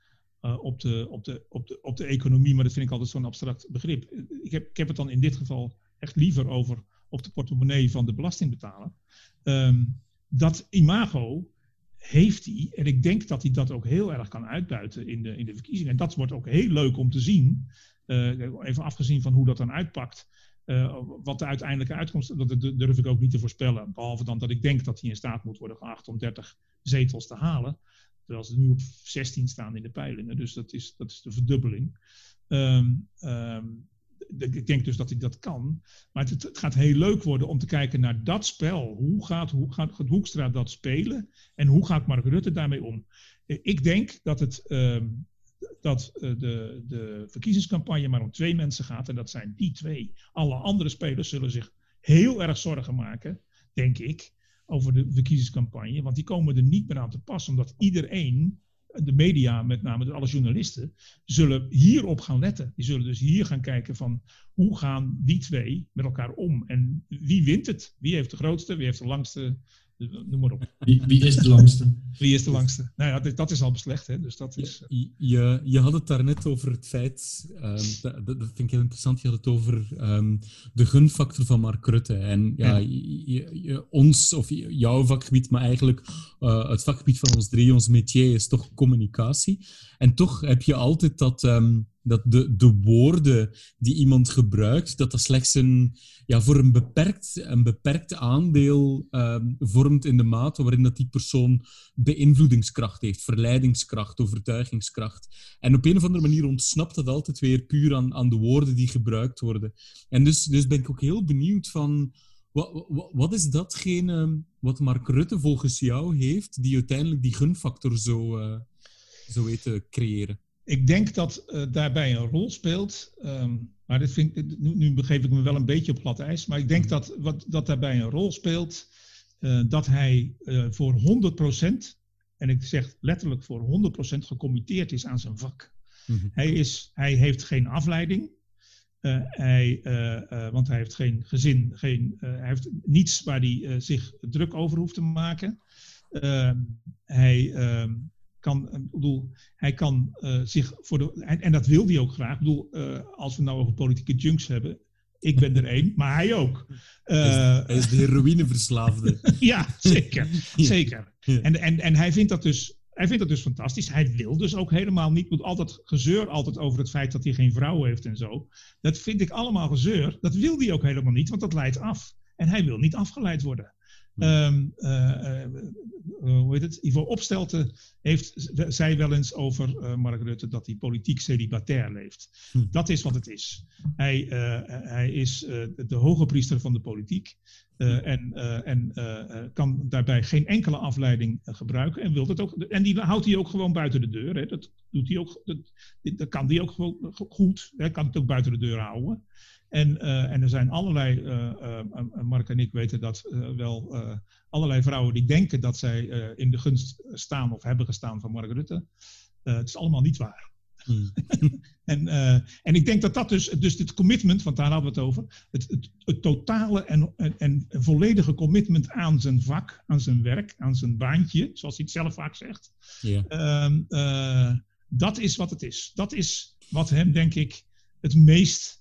de economie, maar dat vind ik altijd zo'n abstract begrip. Ik heb het dan in dit geval echt liever over op de portemonnee van de belastingbetaler. Dat imago heeft hij, en ik denk dat hij dat ook heel erg kan uitbuiten in de verkiezingen. En dat wordt ook heel leuk om te zien, even afgezien van hoe dat dan uitpakt. Wat de uiteindelijke uitkomst, dat durf ik ook niet te voorspellen. Behalve dan dat ik denk dat hij in staat moet worden geacht om 30 zetels te halen. Terwijl ze nu op 16 staan in de peilingen. Dus dat is de verdubbeling. Ik denk dus dat hij dat kan. Maar het gaat heel leuk worden om te kijken naar dat spel. Hoe gaat Hoekstra dat spelen? En hoe gaat Mark Rutte daarmee om? Ik denk dat de verkiezingscampagne maar om 2 mensen gaat. En dat zijn die 2. Alle andere spelers zullen zich heel erg zorgen maken, denk ik, over de verkiezingscampagne. Want die komen er niet meer aan te pas. Omdat iedereen, de media, met name alle journalisten, zullen hierop gaan letten. Die zullen dus hier gaan kijken van hoe gaan die 2 met elkaar om? En wie wint het? Wie heeft de grootste? Wie heeft de langste? Noem maar op. Wie is de langste? Wie is de langste? Nou ja, dat is al beslecht. Hè? Dus dat is... Je had het daarnet over het feit, dat vind ik heel interessant, je had het over de gunfactor van Mark Rutte. En ons, of jouw vakgebied, maar eigenlijk het vakgebied van ons 3, ons métier is toch communicatie. En toch heb je altijd dat de woorden die iemand gebruikt, dat slechts voor een beperkt aandeel vormt in de mate waarin dat die persoon beïnvloedingskracht heeft, verleidingskracht, overtuigingskracht. En op een of andere manier ontsnapt dat altijd weer puur aan de woorden die gebruikt worden. En dus ben ik ook heel benieuwd van wat is datgene wat Mark Rutte volgens jou heeft die uiteindelijk die gunfactor zo weet te creëren? Ik denk dat daarbij een rol speelt, maar nu begeef ik me wel een beetje op glad ijs, maar ik denk dat daarbij een rol speelt dat hij voor 100%, en ik zeg letterlijk voor 100% gecommitteerd is aan zijn vak. Mm-hmm. Hij heeft geen afleiding, want hij heeft geen gezin, hij heeft niets waar hij zich druk over hoeft te maken. Hij kan zich en dat wil hij ook graag. Als we het nou over politieke junks hebben, ik ben er één, maar hij ook. Hij is de heroïneverslaafde. Ja, zeker. Zeker. Ja. En hij vindt dat dus fantastisch. Hij wil dus ook helemaal niet. Altijd gezeur over het feit dat hij geen vrouw heeft en zo. Dat vind ik allemaal gezeur. Dat wil hij ook helemaal niet, want dat leidt af. En hij wil niet afgeleid worden. Ivo Opstelten zei wel eens over Mark Rutte dat hij politiek celibatair leeft. Dat is wat het is. Hij is de hoge priester van de politiek en kan daarbij geen enkele afleiding gebruiken en wil dat ook. En die houdt hij ook gewoon buiten de deur. Hè. Dat doet hij ook. Dat kan hij ook gewoon goed. Hij kan het ook buiten de deur houden. En er zijn allerlei, Mark en ik weten dat wel, allerlei vrouwen die denken dat zij in de gunst staan of hebben gestaan van Mark Rutte. Het is allemaal niet waar. En ik denk dat dus dit commitment, want daar hadden we het over, het totale en volledige commitment aan zijn vak, aan zijn werk, aan zijn baantje, zoals hij het zelf vaak zegt, dat is wat het is. Dat is wat hem, denk ik, het meest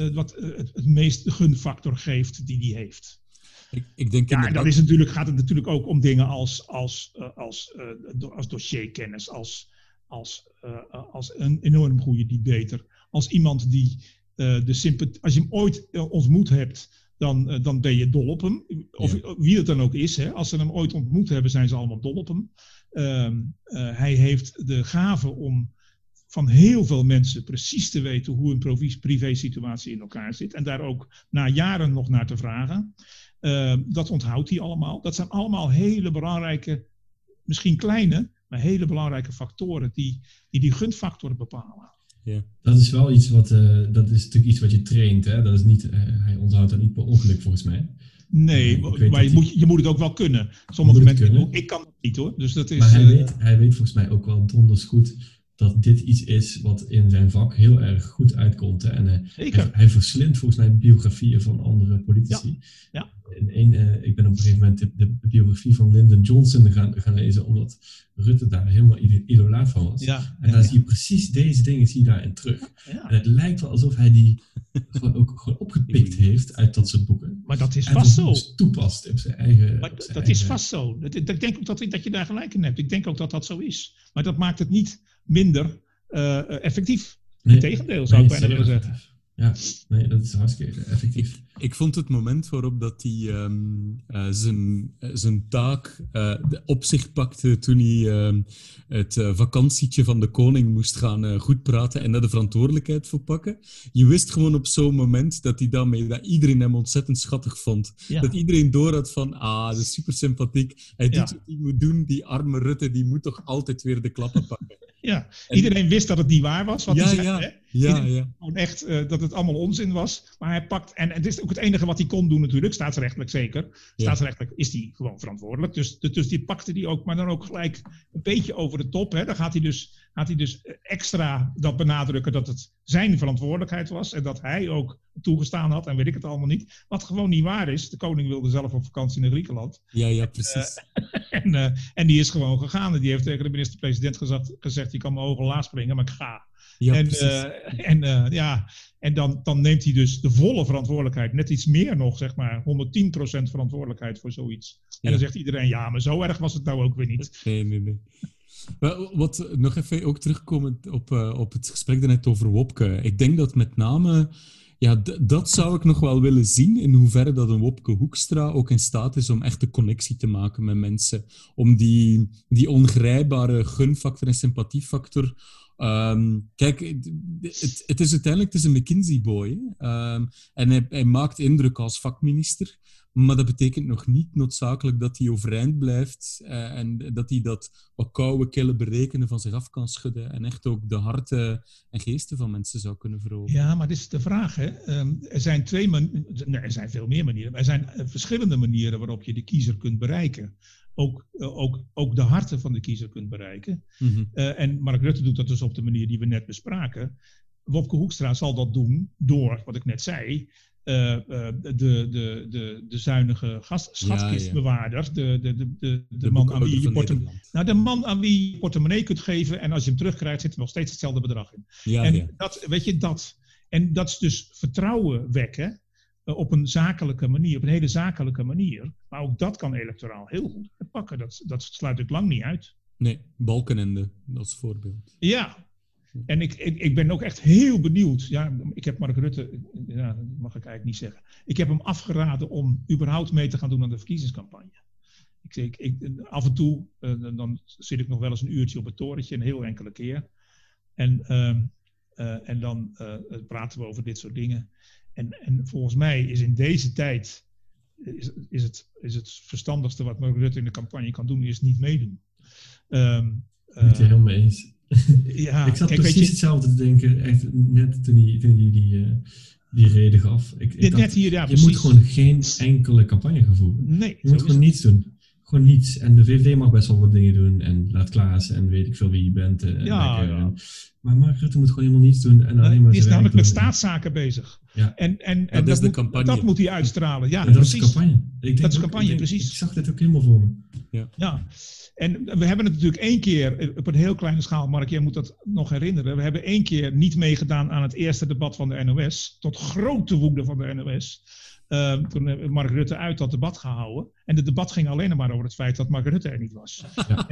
de gunfactor geeft die hij heeft. Ik denk en dan gaat het natuurlijk ook om dingen als dossierkennis, als een enorm goede debater. Als iemand die als je hem ooit ontmoet hebt, dan ben je dol op hem. Of wie het dan ook is. Hè. Als ze hem ooit ontmoet hebben, zijn ze allemaal dol op hem. Hij heeft de gave om van heel veel mensen precies te weten hoe een privé-situatie in elkaar zit. En daar ook na jaren nog naar te vragen. Dat onthoudt hij allemaal. Dat zijn allemaal hele belangrijke, misschien kleine, maar hele belangrijke factoren die gunfactor bepalen. Ja. Dat is wel iets dat is natuurlijk iets wat je traint. Hè? Dat is niet, hij onthoudt dat niet per ongeluk volgens mij. Nee, maar je moet het ook wel kunnen. Sommige mensen, ik kan het niet hoor. Dus dat is, maar hij weet volgens mij ook wel donders goed dat dit iets is wat in zijn vak heel erg goed uitkomt. Hè? En hij verslindt volgens mij biografieën van andere politici. Ja. Ik ben op een gegeven moment de biografie van Lyndon Johnson gaan lezen, omdat Rutte daar helemaal idolaat van was. En dan zie je precies deze dingen daarin terug. Ja. En het lijkt wel alsof hij die gewoon opgepikt heeft uit dat soort boeken. Maar dat is vast zo. Toepast op zijn eigen... Dat is vast zo. Ik denk ook dat je daar gelijk in hebt. Ik denk ook dat dat zo is. Maar dat maakt het niet minder effectief. Integendeel, zou ik bijna willen zeggen. Ja, nee, dat is hartstikke effectief. Ik vond het moment waarop dat hij zijn taak op zich pakte toen hij het vakantietje van de koning moest gaan goed praten en daar de verantwoordelijkheid voor pakken. Je wist gewoon op zo'n moment dat hij daarmee, dat iedereen hem ontzettend schattig vond. Ja. Dat iedereen door had van, dat is super sympathiek. Hij doet wat hij moet doen, die arme Rutte, die moet toch altijd weer de klappen pakken. Ja, iedereen wist dat het niet waar was. Wat hij zei, hè? Ja. Gewoon echt dat het allemaal onzin was. Maar hij pakt, en het is ook het enige wat hij kon doen natuurlijk, staatsrechtelijk zeker. Staatsrechtelijk is hij gewoon verantwoordelijk. Dus die pakte hij ook, maar dan ook gelijk een beetje over de top. Hè. Dan gaat hij dus extra dat benadrukken dat het zijn verantwoordelijkheid was. En dat hij ook toegestaan had en weet ik het allemaal niet. Wat gewoon niet waar is. De koning wilde zelf op vakantie naar Griekenland. Ja, precies. En die is gewoon gegaan. En die heeft tegen de minister-president gezegd, je kan mijn ogen laat springen, maar ik ga. Ja, en dan neemt hij dus de volle verantwoordelijkheid, net iets meer nog, zeg maar, 110% verantwoordelijkheid voor zoiets. En dan zegt iedereen, ja, maar zo erg was het nou ook weer niet. Nee. Wat nog even ook terugkomend op het gesprek daarnet over Wopke. Ik denk dat met name, dat zou ik nog wel willen zien, in hoeverre dat een Wopke Hoekstra ook in staat is om echt de connectie te maken met mensen. Om die ongrijpbare gunfactor en sympathiefactor. Kijk, het is uiteindelijk een McKinsey-boy. En hij maakt indruk als vakminister. Maar dat betekent nog niet noodzakelijk dat hij overeind blijft. En dat hij dat wat koude, kille berekenen van zich af kan schudden. En echt ook de harten en geesten van mensen zou kunnen veroveren. Ja, maar dit is de vraag. Hè? Er zijn er zijn veel meer manieren. Maar er zijn verschillende manieren waarop je de kiezer kunt bereiken. Ook de harten van de kiezer kunt bereiken. Mm-hmm. En Mark Rutte doet dat dus op de manier die we net bespraken. Wopke Hoekstra zal dat doen door, wat ik net zei, de zuinige schatkistbewaarder, de man aan wie je de man aan wie je portemonnee kunt geven en als je hem terugkrijgt zit er nog steeds hetzelfde bedrag in. Dat is dus vertrouwen wekken. Op een zakelijke manier, op een hele zakelijke manier. Maar ook dat kan electoraal heel goed pakken. Dat sluit ik lang niet uit. Nee, Balkenende, dat is voorbeeld. Ja, en ik ben ook echt heel benieuwd. Ja, ik heb Mark Rutte, dat mag ik eigenlijk niet zeggen. Ik heb hem afgeraden om überhaupt mee te gaan doen aan de verkiezingscampagne. Af en toe, dan zit ik nog wel eens een uurtje op het torentje, een heel enkele keer. En dan praten we over dit soort dingen. En volgens mij is in deze tijd is het verstandigste wat Mark Rutte in de campagne kan doen, is niet meedoen. Ben ik het helemaal mee eens. Ik zat precies hetzelfde te denken, echt net toen hij die reden gaf. Je moet gewoon geen enkele campagne gaan voeren. Nee, je moet gewoon niets doen. Gewoon niets. En de VVD mag best wel wat dingen doen. En laat Klaas en weet ik veel wie je bent. Maar Maar Mark Rutte moet gewoon helemaal niets doen en alleen maar die is zijn namelijk werk met doen. staatszaken bezig. Ja. En dat is de campagne. Dat moet hij uitstralen. Ja, En dat is precies. de campagne. Dat is de campagne, precies. Ik zag dit ook helemaal voor me. Ja, en we hebben het natuurlijk 1 keer op een heel kleine schaal, Mark, jij moet dat nog herinneren. We hebben 1 keer niet meegedaan aan het eerste debat van de NOS, tot grote woede van de NOS. Toen heeft Mark Rutte uit dat debat gehouden. En het debat ging alleen maar over het feit dat Mark Rutte er niet was. Ja.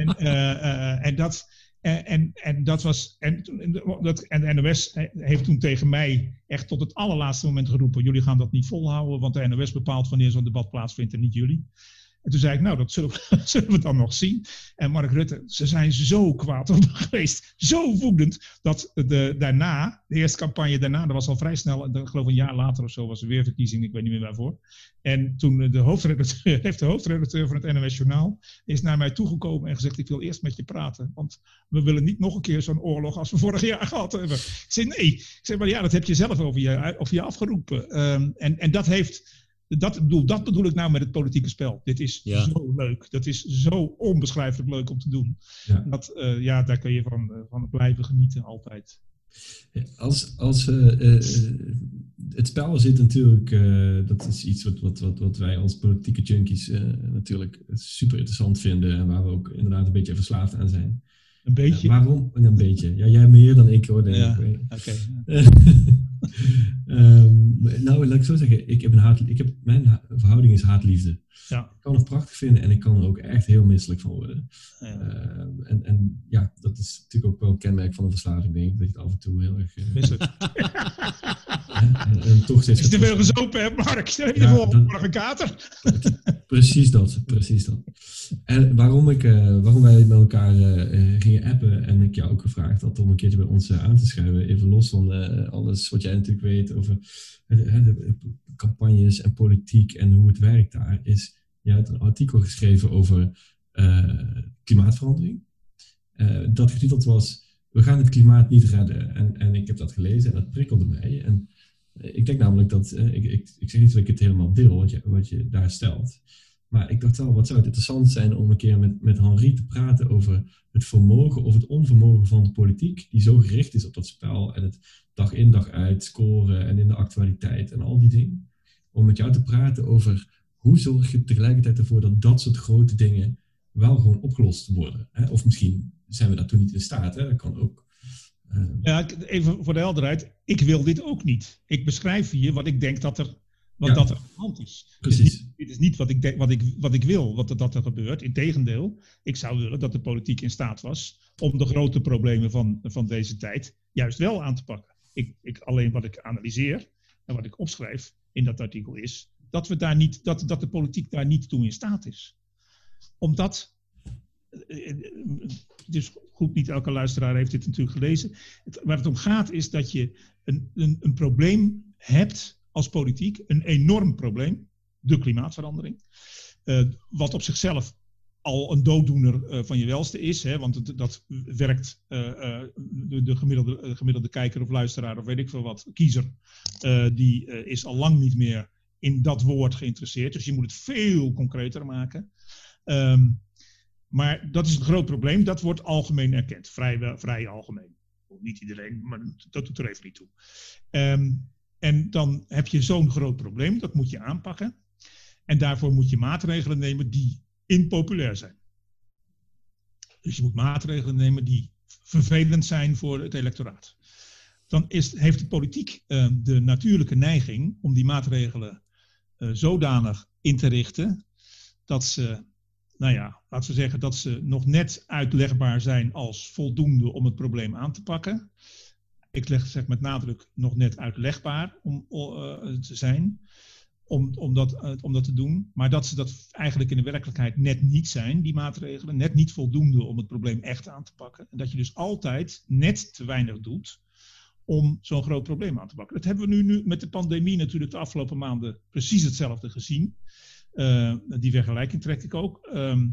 En de NOS heeft toen tegen mij echt tot het allerlaatste moment geroepen: jullie gaan dat niet volhouden, want de NOS bepaalt wanneer zo'n debat plaatsvindt en niet jullie. En toen zei ik, nou, dat zullen we dan nog zien. En Mark Rutte, ze zijn zo kwaad op geweest, zo woedend, dat de eerste campagne daarna, dat was al vrij snel, ik geloof een jaar later of zo, was er weer verkiezing, ik weet niet meer waarvoor. En toen heeft de hoofdredacteur van het NOS Journaal is naar mij toegekomen en gezegd, ik wil eerst met je praten, want we willen niet nog een keer zo'n oorlog als we vorig jaar gehad hebben. Ik zei, nee. Ik zei, maar ja, dat heb je zelf over je afgeroepen. En dat heeft... Dat bedoel ik nou met het politieke spel. Dit is zo leuk. Dat is zo onbeschrijfelijk leuk om te doen. Ja. Daar kun je van blijven genieten altijd. Het spel zit natuurlijk... dat is iets wat wij als politieke junkies natuurlijk super interessant vinden. En waar we ook inderdaad een beetje verslaafd aan zijn. Een beetje? Waarom? Ja, een beetje. Ja, jij meer dan ik hoor, denk ik. Oké. Nou, laat ik zo zeggen. Mijn verhouding is haat-liefde. Ja. Ik kan het prachtig vinden en ik kan er ook echt heel misselijk van worden. Ja. Dat is natuurlijk ook wel een kenmerk van een verslaving, denk ik. Dat je het af en toe heel erg... Misselijk. en toch als je te veel gezopen hebt, Mark, dan heb je de volgende een kater. Precies dat. En waarom wij met elkaar gingen appen en ik jou ook gevraagd had om een keertje bij ons aan te schrijven, even los van alles wat jij natuurlijk weet over de campagnes en politiek en hoe het werkt daar, is, je hebt een artikel geschreven over klimaatverandering. Dat getiteld was, we gaan het klimaat niet redden. En ik heb dat gelezen en dat prikkelde mij. En ik denk namelijk dat, ik zeg niet dat ik het helemaal deel, wat je daar stelt. Maar ik dacht wel, wat zou het interessant zijn om een keer met Henri te praten over het vermogen of het onvermogen van de politiek, die zo gericht is op dat spel en het dag in dag uit scoren en in de actualiteit en al die dingen. Om met jou te praten over hoe zorg je tegelijkertijd ervoor dat soort grote dingen wel gewoon opgelost worden. Hè? Of misschien zijn we daartoe niet in staat, hè? Dat kan ook. Ja, even voor de helderheid, ik wil dit ook niet. Ik beschrijf hier wat ik denk dat er aan de hand is. Precies. Dit is niet wat ik wil, dat er gebeurt. Integendeel, ik zou willen dat de politiek in staat was om de grote problemen van deze tijd juist wel aan te pakken. Alleen wat ik analyseer en wat ik opschrijf in dat artikel is dat de politiek daar niet toe in staat is. Omdat, dus goed, niet elke luisteraar heeft dit natuurlijk gelezen. Waar het om gaat is dat je een probleem hebt als politiek, een enorm probleem, de klimaatverandering. Wat op zichzelf al een dooddoener van je welste is, hè, want dat werkt de gemiddelde kijker of luisteraar of weet ik veel wat, kiezer, die is al lang niet meer in dat woord geïnteresseerd. Dus je moet het veel concreter maken. Maar dat is een groot probleem, dat wordt algemeen erkend, vrij algemeen. Niet iedereen, maar dat doet er even niet toe. En dan heb je zo'n groot probleem, dat moet je aanpakken. En daarvoor moet je maatregelen nemen die impopulair zijn. Dus je moet maatregelen nemen die vervelend zijn voor het electoraat. Dan heeft de politiek de natuurlijke neiging om die maatregelen zodanig in te richten dat ze, laten we zeggen dat ze nog net uitlegbaar zijn als voldoende om het probleem aan te pakken. Ik zeg met nadruk nog net uitlegbaar om te zijn, om dat te doen. Maar dat ze dat eigenlijk in de werkelijkheid net niet zijn, die maatregelen. Net niet voldoende om het probleem echt aan te pakken. En dat je dus altijd net te weinig doet om zo'n groot probleem aan te pakken. Dat hebben we nu met de pandemie natuurlijk de afgelopen maanden precies hetzelfde gezien. Die vergelijking trek ik ook.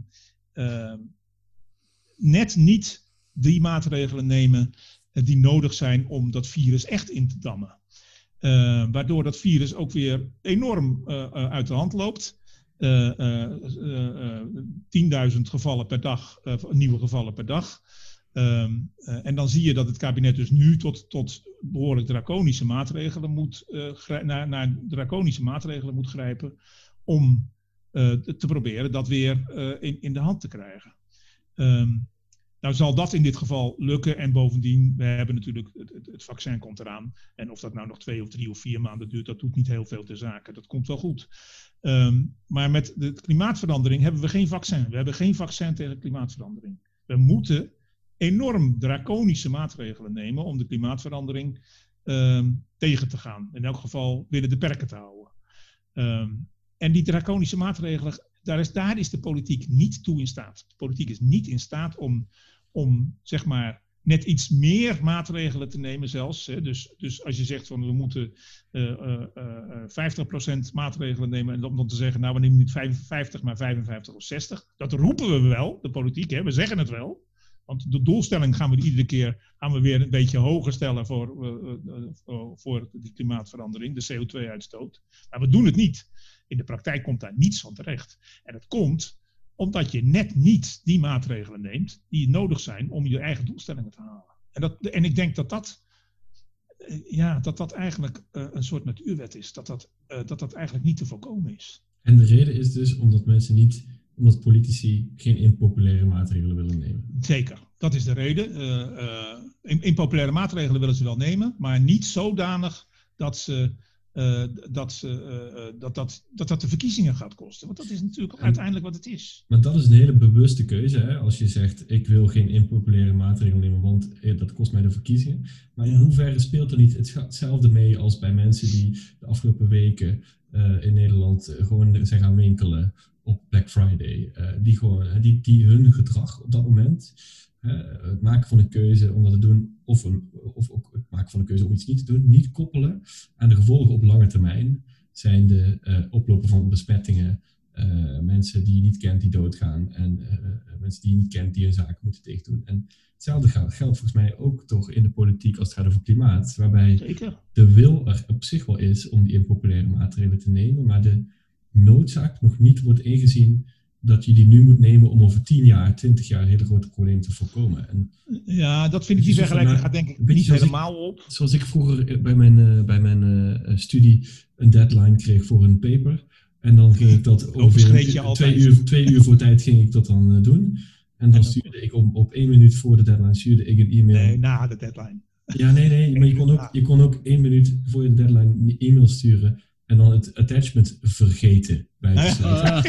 Net niet die maatregelen nemen die nodig zijn om dat virus echt in te dammen. Waardoor dat virus ook weer enorm uit de hand loopt. 10.000 gevallen per dag, nieuwe gevallen per dag. En dan zie je dat het kabinet dus nu tot behoorlijk draconische maatregelen naar draconische maatregelen moet grijpen om te proberen dat weer in de hand te krijgen. Nou zal dat in dit geval lukken en bovendien, we hebben natuurlijk, het vaccin komt eraan. En of dat nou nog 2 of 3 of 4 maanden duurt, dat doet niet heel veel ter zake. Dat komt wel goed. Maar met de klimaatverandering hebben we geen vaccin. We hebben geen vaccin tegen klimaatverandering. We moeten enorm draconische maatregelen nemen om de klimaatverandering tegen te gaan. In elk geval binnen de perken te houden. En die draconische maatregelen, daar is de politiek niet toe in staat. De politiek is niet in staat om zeg maar net iets meer maatregelen te nemen zelfs. Hè. Dus als je zegt van we moeten 50% maatregelen nemen en om dan te zeggen nou we nemen niet 55 maar 55 of 60. Dat roepen we wel, de politiek, hè. We zeggen het wel. Want de doelstelling gaan we iedere keer weer een beetje hoger stellen voor die klimaatverandering, de CO2-uitstoot. Maar we doen het niet. In de praktijk komt daar niets van terecht. En dat komt omdat je net niet die maatregelen neemt die nodig zijn om je eigen doelstellingen te halen. En ik denk dat eigenlijk een soort natuurwet is. Dat eigenlijk niet te voorkomen is. En de reden is dus omdat politici geen impopulaire maatregelen willen nemen. Zeker, dat is de reden. Impopulaire maatregelen willen ze wel nemen, maar niet zodanig dat dat de verkiezingen gaat kosten. Want dat is natuurlijk uiteindelijk wat het is. Maar dat is een hele bewuste keuze. Hè? Als je zegt, ik wil geen impopulaire maatregelen nemen, want dat kost mij de verkiezingen. Maar in hoeverre speelt er niet hetzelfde mee als bij mensen die de afgelopen weken in Nederland gewoon zijn gaan winkelen op Black Friday. Die hun gedrag op dat moment, het maken van een keuze om dat te doen, of ook het maken van een keuze om iets niet te doen, niet koppelen aan de gevolgen op lange termijn, zijn de oplopen van besmettingen, mensen die je niet kent die doodgaan en mensen die je niet kent die hun zaken moeten dichtdoen. En hetzelfde geldt volgens mij ook toch in de politiek als het gaat over klimaat, waarbij Zeker. De wil er op zich wel is om die impopulaire maatregelen te nemen, maar de noodzaak nog niet wordt ingezien dat je die nu moet nemen om over 10 jaar, 20 jaar hele grote problemen te voorkomen. En ja, dat vind ik die vergelijking gaat denk ik niet helemaal op. Zoals ik vroeger bij mijn studie een deadline kreeg voor een paper. En dan ging ik dat ongeveer 2 uur voor tijd ging ik dat dan doen. En dan stuurde ik op 1 minuut voor de deadline een e-mail. Nee, na de deadline. Ja, nee, maar je kon ook 1 minuut voor de deadline een e-mail sturen. En dan het attachment vergeten bij de sluiten.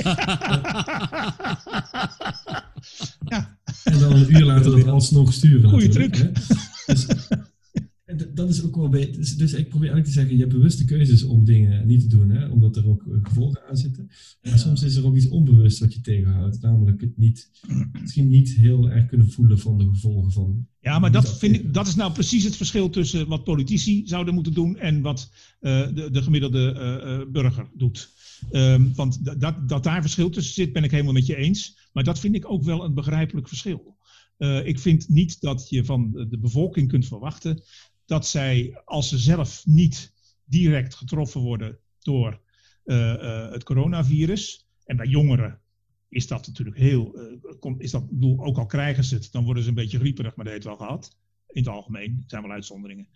Ja. En dan een uur later dat alsnog sturen. Goeie truc. Hè? Dus, dat is ook wel beter. Dus ik probeer eigenlijk te zeggen, je hebt bewuste keuzes om dingen niet te doen, hè? Omdat er ook gevolgen aan zitten. Maar soms is er ook iets onbewust wat je tegenhoudt. Namelijk het misschien niet heel erg kunnen voelen van de gevolgen van... Ja, maar dat is nou precies het verschil tussen wat politici zouden moeten doen en wat de gemiddelde burger doet. Want dat daar verschil tussen zit, ben ik helemaal met je eens. Maar dat vind ik ook wel een begrijpelijk verschil. Ik vind niet dat je van de bevolking kunt verwachten dat zij, als ze zelf niet direct getroffen worden door het coronavirus, en bij jongeren is dat natuurlijk ook al krijgen ze het, dan worden ze een beetje grieperig, maar dat heeft wel gehad. In het algemeen, er zijn wel uitzonderingen.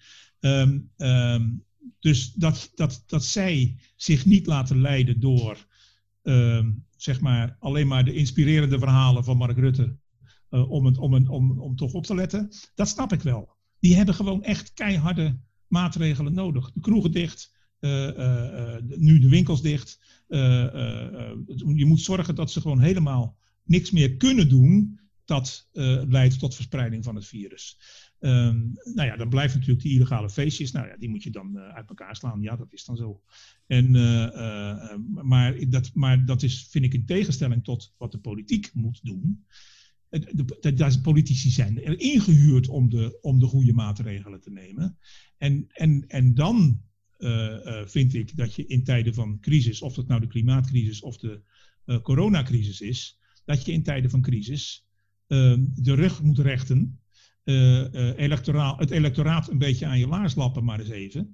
Dus dat zij zich niet laten leiden door zeg maar alleen maar de inspirerende verhalen van Mark Rutte om toch op te letten, dat snap ik wel. Die hebben gewoon echt keiharde maatregelen nodig. De kroegen dicht, nu de winkels dicht. Je moet zorgen dat ze gewoon helemaal niks meer kunnen doen dat leidt tot verspreiding van het virus. Nou ja, dan blijven natuurlijk die illegale feestjes. Nou ja, die moet je dan uit elkaar slaan. Ja, dat is dan zo. Maar dat is, vind ik, in tegenstelling tot wat de politiek moet doen. Politici zijn er ingehuurd om de goede maatregelen te nemen. En dan vind ik dat je in tijden van crisis, of dat nou de klimaatcrisis of de coronacrisis is, dat je in tijden van crisis de rug moet rechten, het electoraat een beetje aan je laars lappen maar eens even.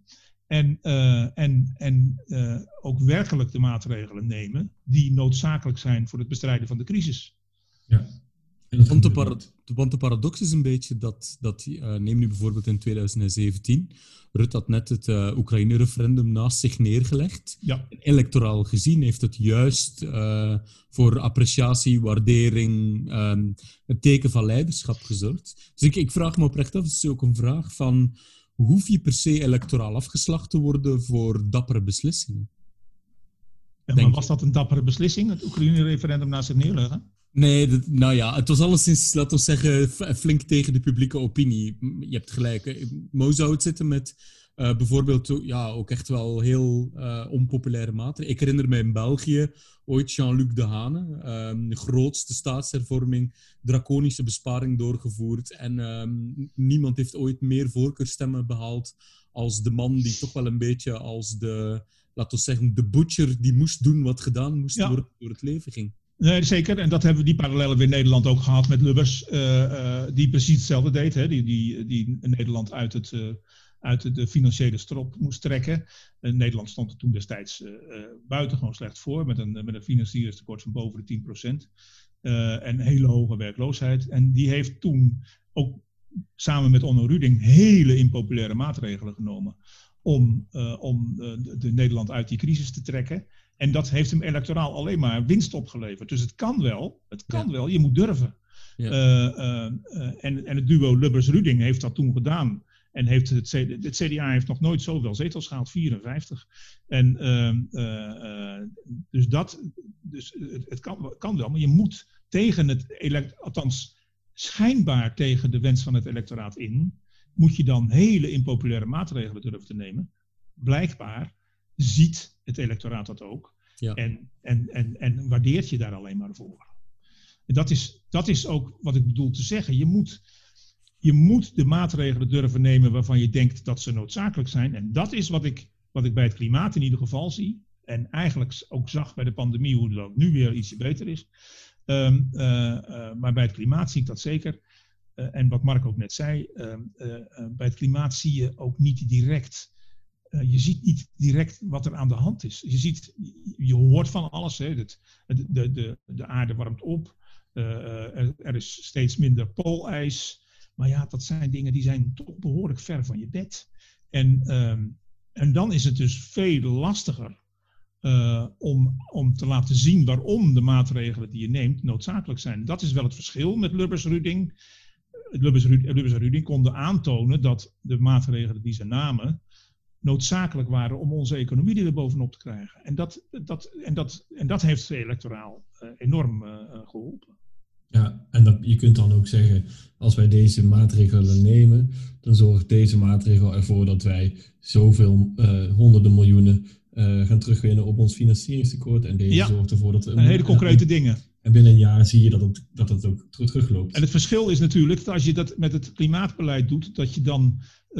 En ook werkelijk de maatregelen nemen die noodzakelijk zijn voor het bestrijden van de crisis. Ja. Want de paradox is een beetje dat neem nu bijvoorbeeld in 2017, Rutte had net het Oekraïne-referendum naast zich neergelegd. Ja. Electoraal gezien heeft het juist voor appreciatie, waardering, een teken van leiderschap gezorgd. Dus ik vraag me oprecht af, het is ook een vraag van, hoef je per se electoraal afgeslacht te worden voor dappere beslissingen? Ja, maar was dat een dappere beslissing, het Oekraïne-referendum naast zich neerleggen? Nee, het was alleszins, laten we zeggen, flink tegen de publieke opinie. Je hebt gelijk. Mo zou het zitten met bijvoorbeeld ook echt wel heel onpopulaire maatregelen. Ik herinner me in België ooit Jean-Luc Dehaene, de grootste staatshervorming, draconische besparing doorgevoerd. En niemand heeft ooit meer voorkeurstemmen behaald als de man die toch wel een beetje als laten we zeggen, de butcher die moest doen wat gedaan moest worden door het leven ging. Nee, zeker. En dat hebben we die parallellen weer in Nederland ook gehad met Lubbers, die precies hetzelfde deed. Hè? Die Nederland uit de financiële strop moest trekken. Nederland stond er toen destijds buitengewoon slecht voor, met een financieringstekort van boven de 10%. En hele hoge werkloosheid. En die heeft toen ook samen met Onno Ruding hele impopulaire maatregelen genomen om de Nederland uit die crisis te trekken. En dat heeft hem electoraal alleen maar winst opgeleverd. Dus het kan wel, je moet durven. Ja. En het duo Lubbers-Ruding heeft dat toen gedaan. En het CDA heeft nog nooit zoveel zetels gehaald, 54. En het kan wel, maar je moet tegen althans schijnbaar tegen de wens van het electoraat in, moet je dan hele impopulaire maatregelen durven te nemen. Blijkbaar ziet het electoraat dat ook. Ja. En waardeert je daar alleen maar voor. En dat is ook wat ik bedoel te zeggen. Je moet de maatregelen durven nemen waarvan je denkt dat ze noodzakelijk zijn. En dat is wat ik bij het klimaat in ieder geval zie. En eigenlijk ook zag bij de pandemie, hoe dat nu weer ietsje beter is. Maar bij het klimaat zie ik dat zeker. En wat Mark ook net zei, bij het klimaat zie je ook niet direct. Je ziet niet direct wat er aan de hand is. Je hoort van alles. Hè. De aarde warmt op. Er is steeds minder poolijs. Maar ja, dat zijn dingen die zijn toch behoorlijk ver van je bed. En dan is het dus veel lastiger om te laten zien waarom de maatregelen die je neemt noodzakelijk zijn. Dat is wel het verschil met Lubbers-Ruding. Lubbers en Ruding konden aantonen dat de maatregelen die ze namen noodzakelijk waren om onze economie er weer bovenop te krijgen. En dat heeft ze electoraal enorm geholpen. Ja, en je kunt dan ook zeggen, als wij deze maatregelen nemen, dan zorgt deze maatregel ervoor dat wij zoveel honderden miljoenen gaan terugwinnen op ons financieringstekort. En deze zorgt ervoor dat... hele concrete dingen. En binnen een jaar zie je dat het ook terugloopt. En het verschil is natuurlijk dat als je dat met het klimaatbeleid doet, dat je dan 0,00004%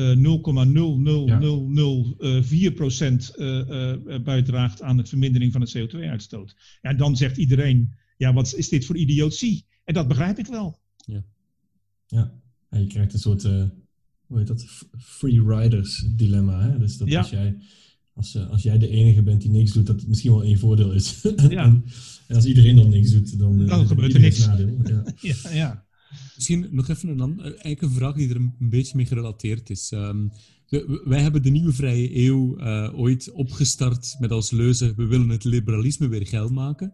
bijdraagt aan de vermindering van de CO2-uitstoot. Ja, en dan zegt iedereen, ja, wat is dit voor idiotie? En dat begrijp ik wel. Ja. En je krijgt een soort, hoe heet dat, free riders dilemma. Hè? Dus dat als jij de enige bent die niks doet, dat het misschien wel in je voordeel is. En als iedereen dan niks doet, dan gebeurt er niks. Nadeel. Ja. Misschien nog even een vraag die er een beetje mee gerelateerd is. Wij hebben de nieuwe vrije eeuw ooit opgestart met als leuze: we willen het liberalisme weer geil maken.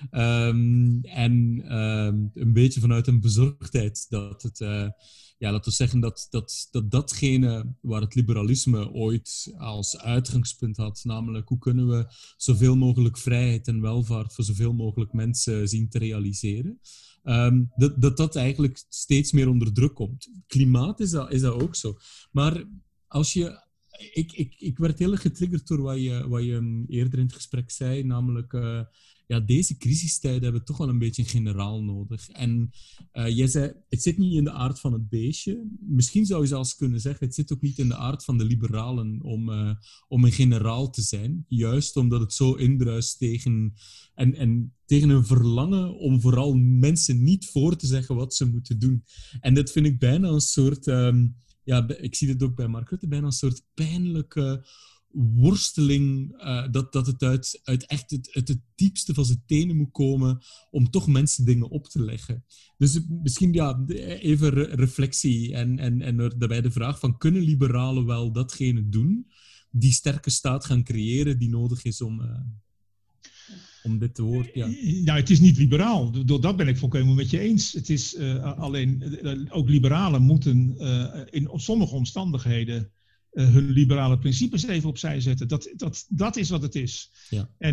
Een beetje vanuit een bezorgdheid dat het... laten we zeggen dat datgene waar het liberalisme ooit als uitgangspunt had, namelijk hoe kunnen we zoveel mogelijk vrijheid en welvaart voor zoveel mogelijk mensen zien errealiseren, dat eigenlijk steeds meer onder druk komt. Klimaat is dat ook zo. Maar als je... Ik werd heel erg getriggerd door wat je eerder in het gesprek zei, namelijk... deze crisistijden hebben toch wel een beetje een generaal nodig. En jij zei, het zit niet in de aard van het beestje. Misschien zou je zelfs kunnen zeggen, het zit ook niet in de aard van de liberalen om een generaal te zijn. Juist omdat het zo indruist tegen een verlangen om vooral mensen niet voor te zeggen wat ze moeten doen. En dat vind ik bijna een soort... ik zie het ook bij Mark Rutte, bijna een soort pijnlijke worsteling, dat het uit echt het diepste van zijn tenen moet komen om toch mensen dingen op te leggen. Dus misschien even reflectie en daarbij de vraag van, kunnen liberalen wel datgene doen, die sterke staat gaan creëren die nodig is om dit te horen? Ja. Nou, het is niet liberaal. Dat ben ik volkomen met je eens. Het is alleen, ook liberalen moeten in sommige omstandigheden hun liberale principes even opzij zetten. Dat is wat het is. Ja. En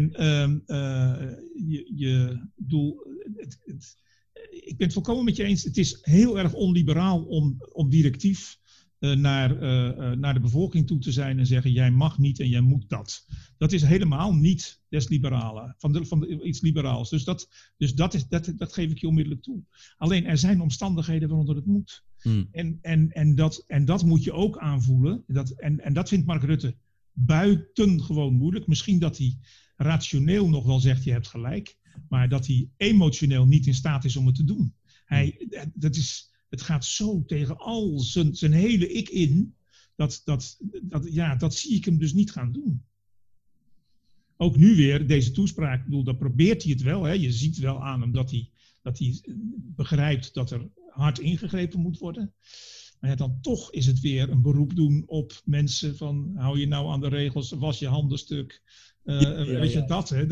ik ben het volkomen met je eens. Het is heel erg onliberaal om directief naar de bevolking toe te zijn en zeggen, jij mag niet en jij moet dat. Dat is helemaal niet des liberalen, van iets liberaals. Dus dat geef ik je onmiddellijk toe. Alleen er zijn omstandigheden waaronder het moet. En dat moet je ook aanvoelen. En dat vindt Mark Rutte buitengewoon moeilijk. Misschien dat hij rationeel nog wel zegt, je hebt gelijk. Maar dat hij emotioneel niet in staat is om het te doen. Het gaat zo tegen al zijn hele ik in. Dat zie ik hem dus niet gaan doen. Ook nu weer, deze toespraak, ik bedoel, dan probeert hij het wel. Hè. Je ziet wel aan hem dat hij begrijpt dat er hard ingegrepen moet worden. Maar dan toch is het weer een beroep doen op mensen van, hou je nou aan de regels, was je handen stuk. Weet je, dat, hè?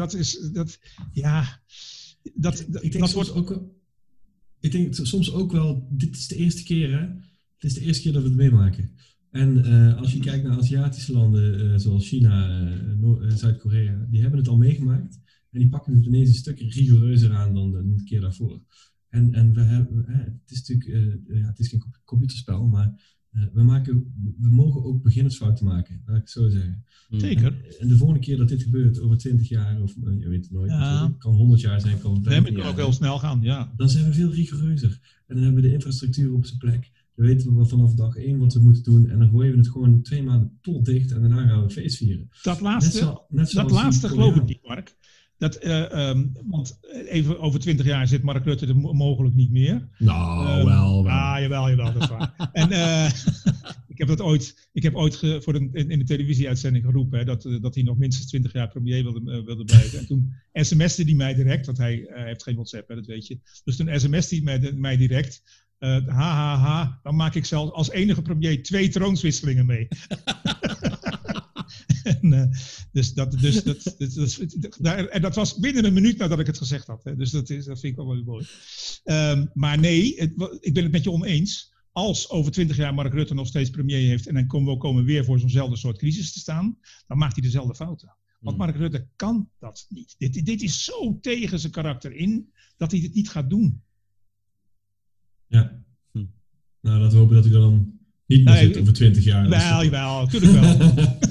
Ik denk soms ook wel, dit is de eerste keer, hè? Het is de eerste keer dat we het meemaken. En als je kijkt naar Aziatische landen, zoals China, Zuid-Korea, die hebben het al meegemaakt. En die pakken het ineens een stuk rigoureuzer aan dan de keer daarvoor. En het is natuurlijk, het is geen computerspel, maar we mogen ook beginnersfouten maken, laat ik het zo zeggen. Zeker. En de volgende keer dat dit gebeurt, over 20 jaar, of je weet het nooit, het kan 100 jaar zijn, kan 50 jaar. Het kan ook heel snel gaan, ja. Dan zijn we veel rigoureuzer. En dan hebben we de infrastructuur op zijn plek. Dan weten we vanaf dag 1 wat we moeten doen. En dan gooien we het gewoon 2 maanden potdicht en daarna gaan we feest vieren. Dat laatste geloof ik niet, Mark. Want even over 20 jaar zit Mark Rutte er mogelijk niet meer. Nou, wel. Jawel, dat is waar. En ik heb ooit in de televisieuitzending geroepen, hè, dat hij nog minstens 20 jaar premier wilde blijven. En toen sms'te hij mij direct, want hij heeft geen WhatsApp, hè, dat weet je. Dus toen sms'te hij mij direct, dan maak ik zelfs als enige premier 2 troonswisselingen mee. En dat was binnen een minuut nadat ik het gezegd had. Hè. Dus dat vind ik wel mooi. Maar nee, ik ben het met je oneens. Als over 20 jaar Mark Rutte nog steeds premier heeft en dan komen we weer voor zo'nzelfde soort crisis te staan, dan maakt hij dezelfde fouten. Want Mark Rutte kan dat niet. Dit is zo tegen zijn karakter in dat hij dit niet gaat doen. Ja. Nou, laten we hopen dat hij dan niet meer zit over 20 jaar. Jawel, natuurlijk wel.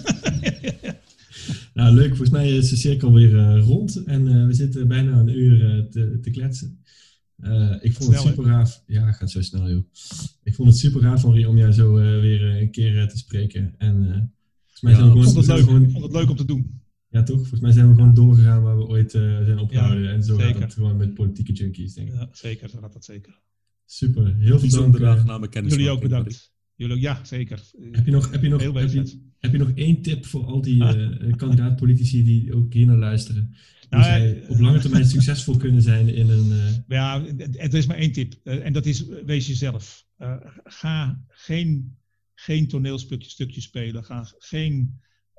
Nou, leuk. Volgens mij is de cirkel weer rond. En we zitten bijna een uur te kletsen. Ik vond het super gaaf. Ja, gaat zo snel, joh. Ik vond het super gaaf, Henri, om jou zo weer een keer te spreken. En volgens mij zijn we gewoon... Ik vond het leuk om te doen. Ja, toch? Volgens mij zijn we gewoon doorgegaan waar we ooit zijn opgehouden. En zo gaat het gewoon met politieke junkies, denk ik. Ja, zeker. Zo gaat dat zeker. Super. Heel veel dank. Jullie ook bedankt. Ja, zeker. Heb je nog 1 tip voor al die kandidaat-politici die ook hier naar luisteren? Hoe zij op lange termijn succesvol kunnen zijn in een... Ja, er is maar 1 tip. En dat is, wees jezelf. Ga geen toneelstukje spelen. Ga geen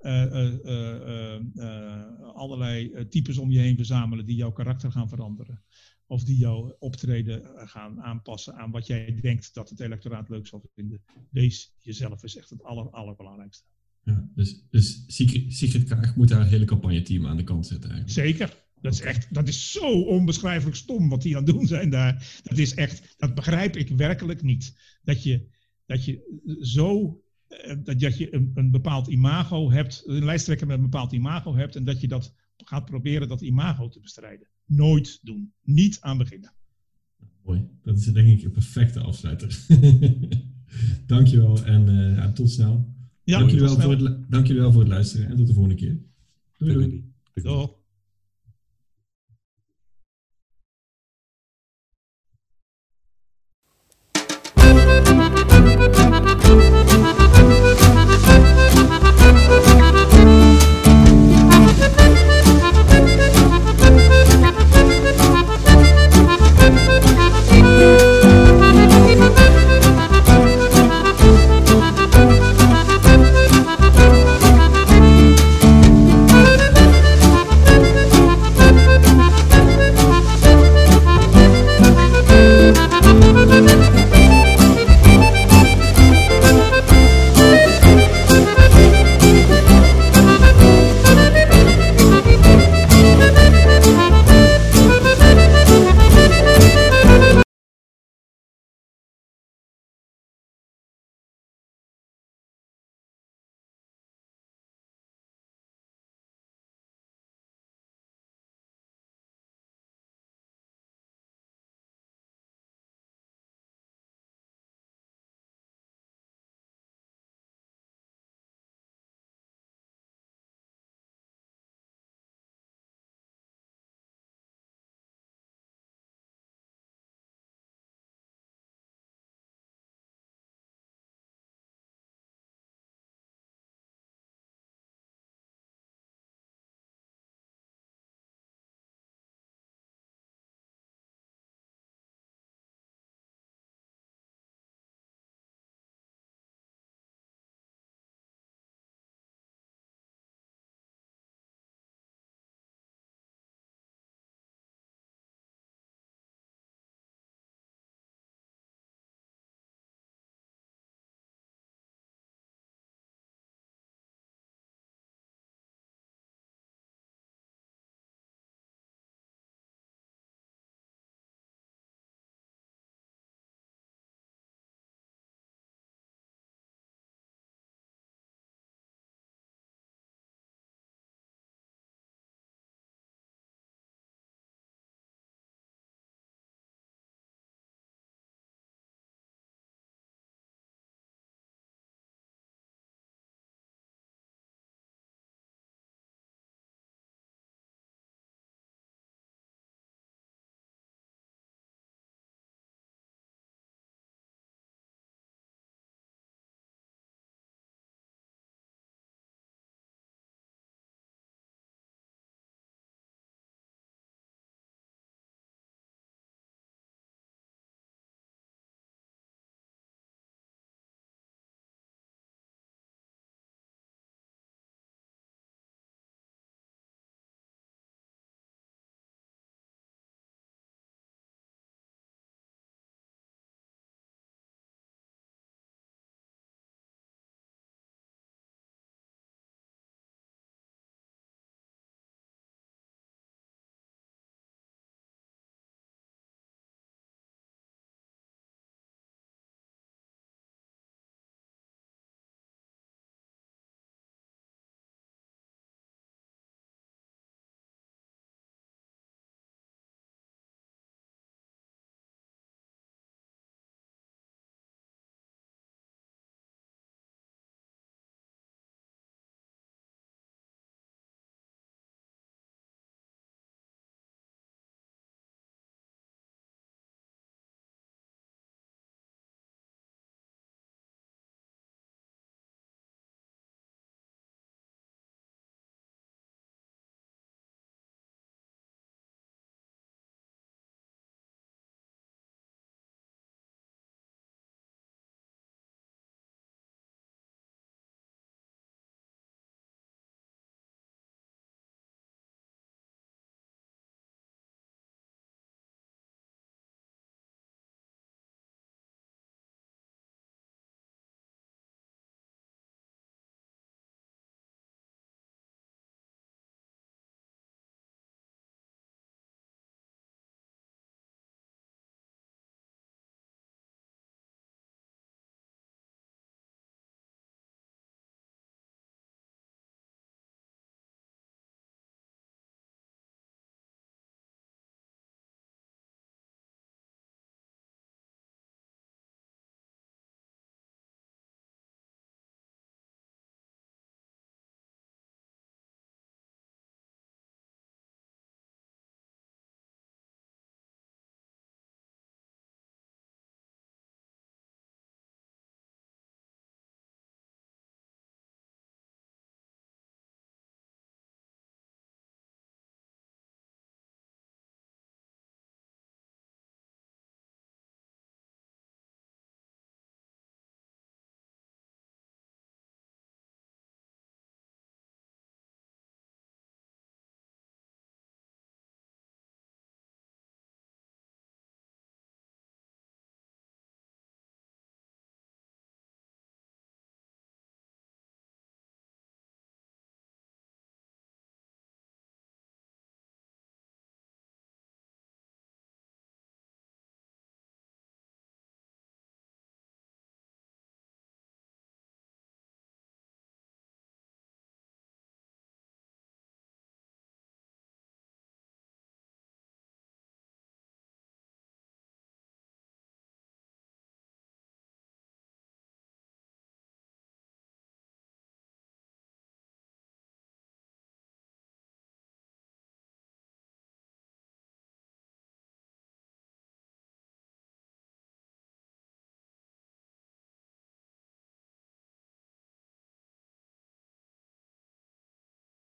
allerlei types om je heen verzamelen die jouw karakter gaan veranderen. Of die jouw optreden gaan aanpassen aan wat jij denkt dat het electoraat leuk zal vinden. Wees jezelf is echt het allerbelangrijkste. Ja, dus Sigrid Kaag moet haar hele campagneteam aan de kant zetten eigenlijk. Zeker. Dat is zo onbeschrijfelijk stom wat die aan het doen zijn daar. Dat begrijp ik werkelijk niet. Dat je een bepaald imago hebt, een lijsttrekker met een bepaald imago hebt en dat je dat gaat proberen dat imago te bestrijden. Nooit doen. Niet aan beginnen. Mooi. Dat is denk ik een perfecte afsluiter. Dankjewel en tot snel. Ja, Dank jullie wel voor het luisteren en tot de volgende keer. Doei. Doei.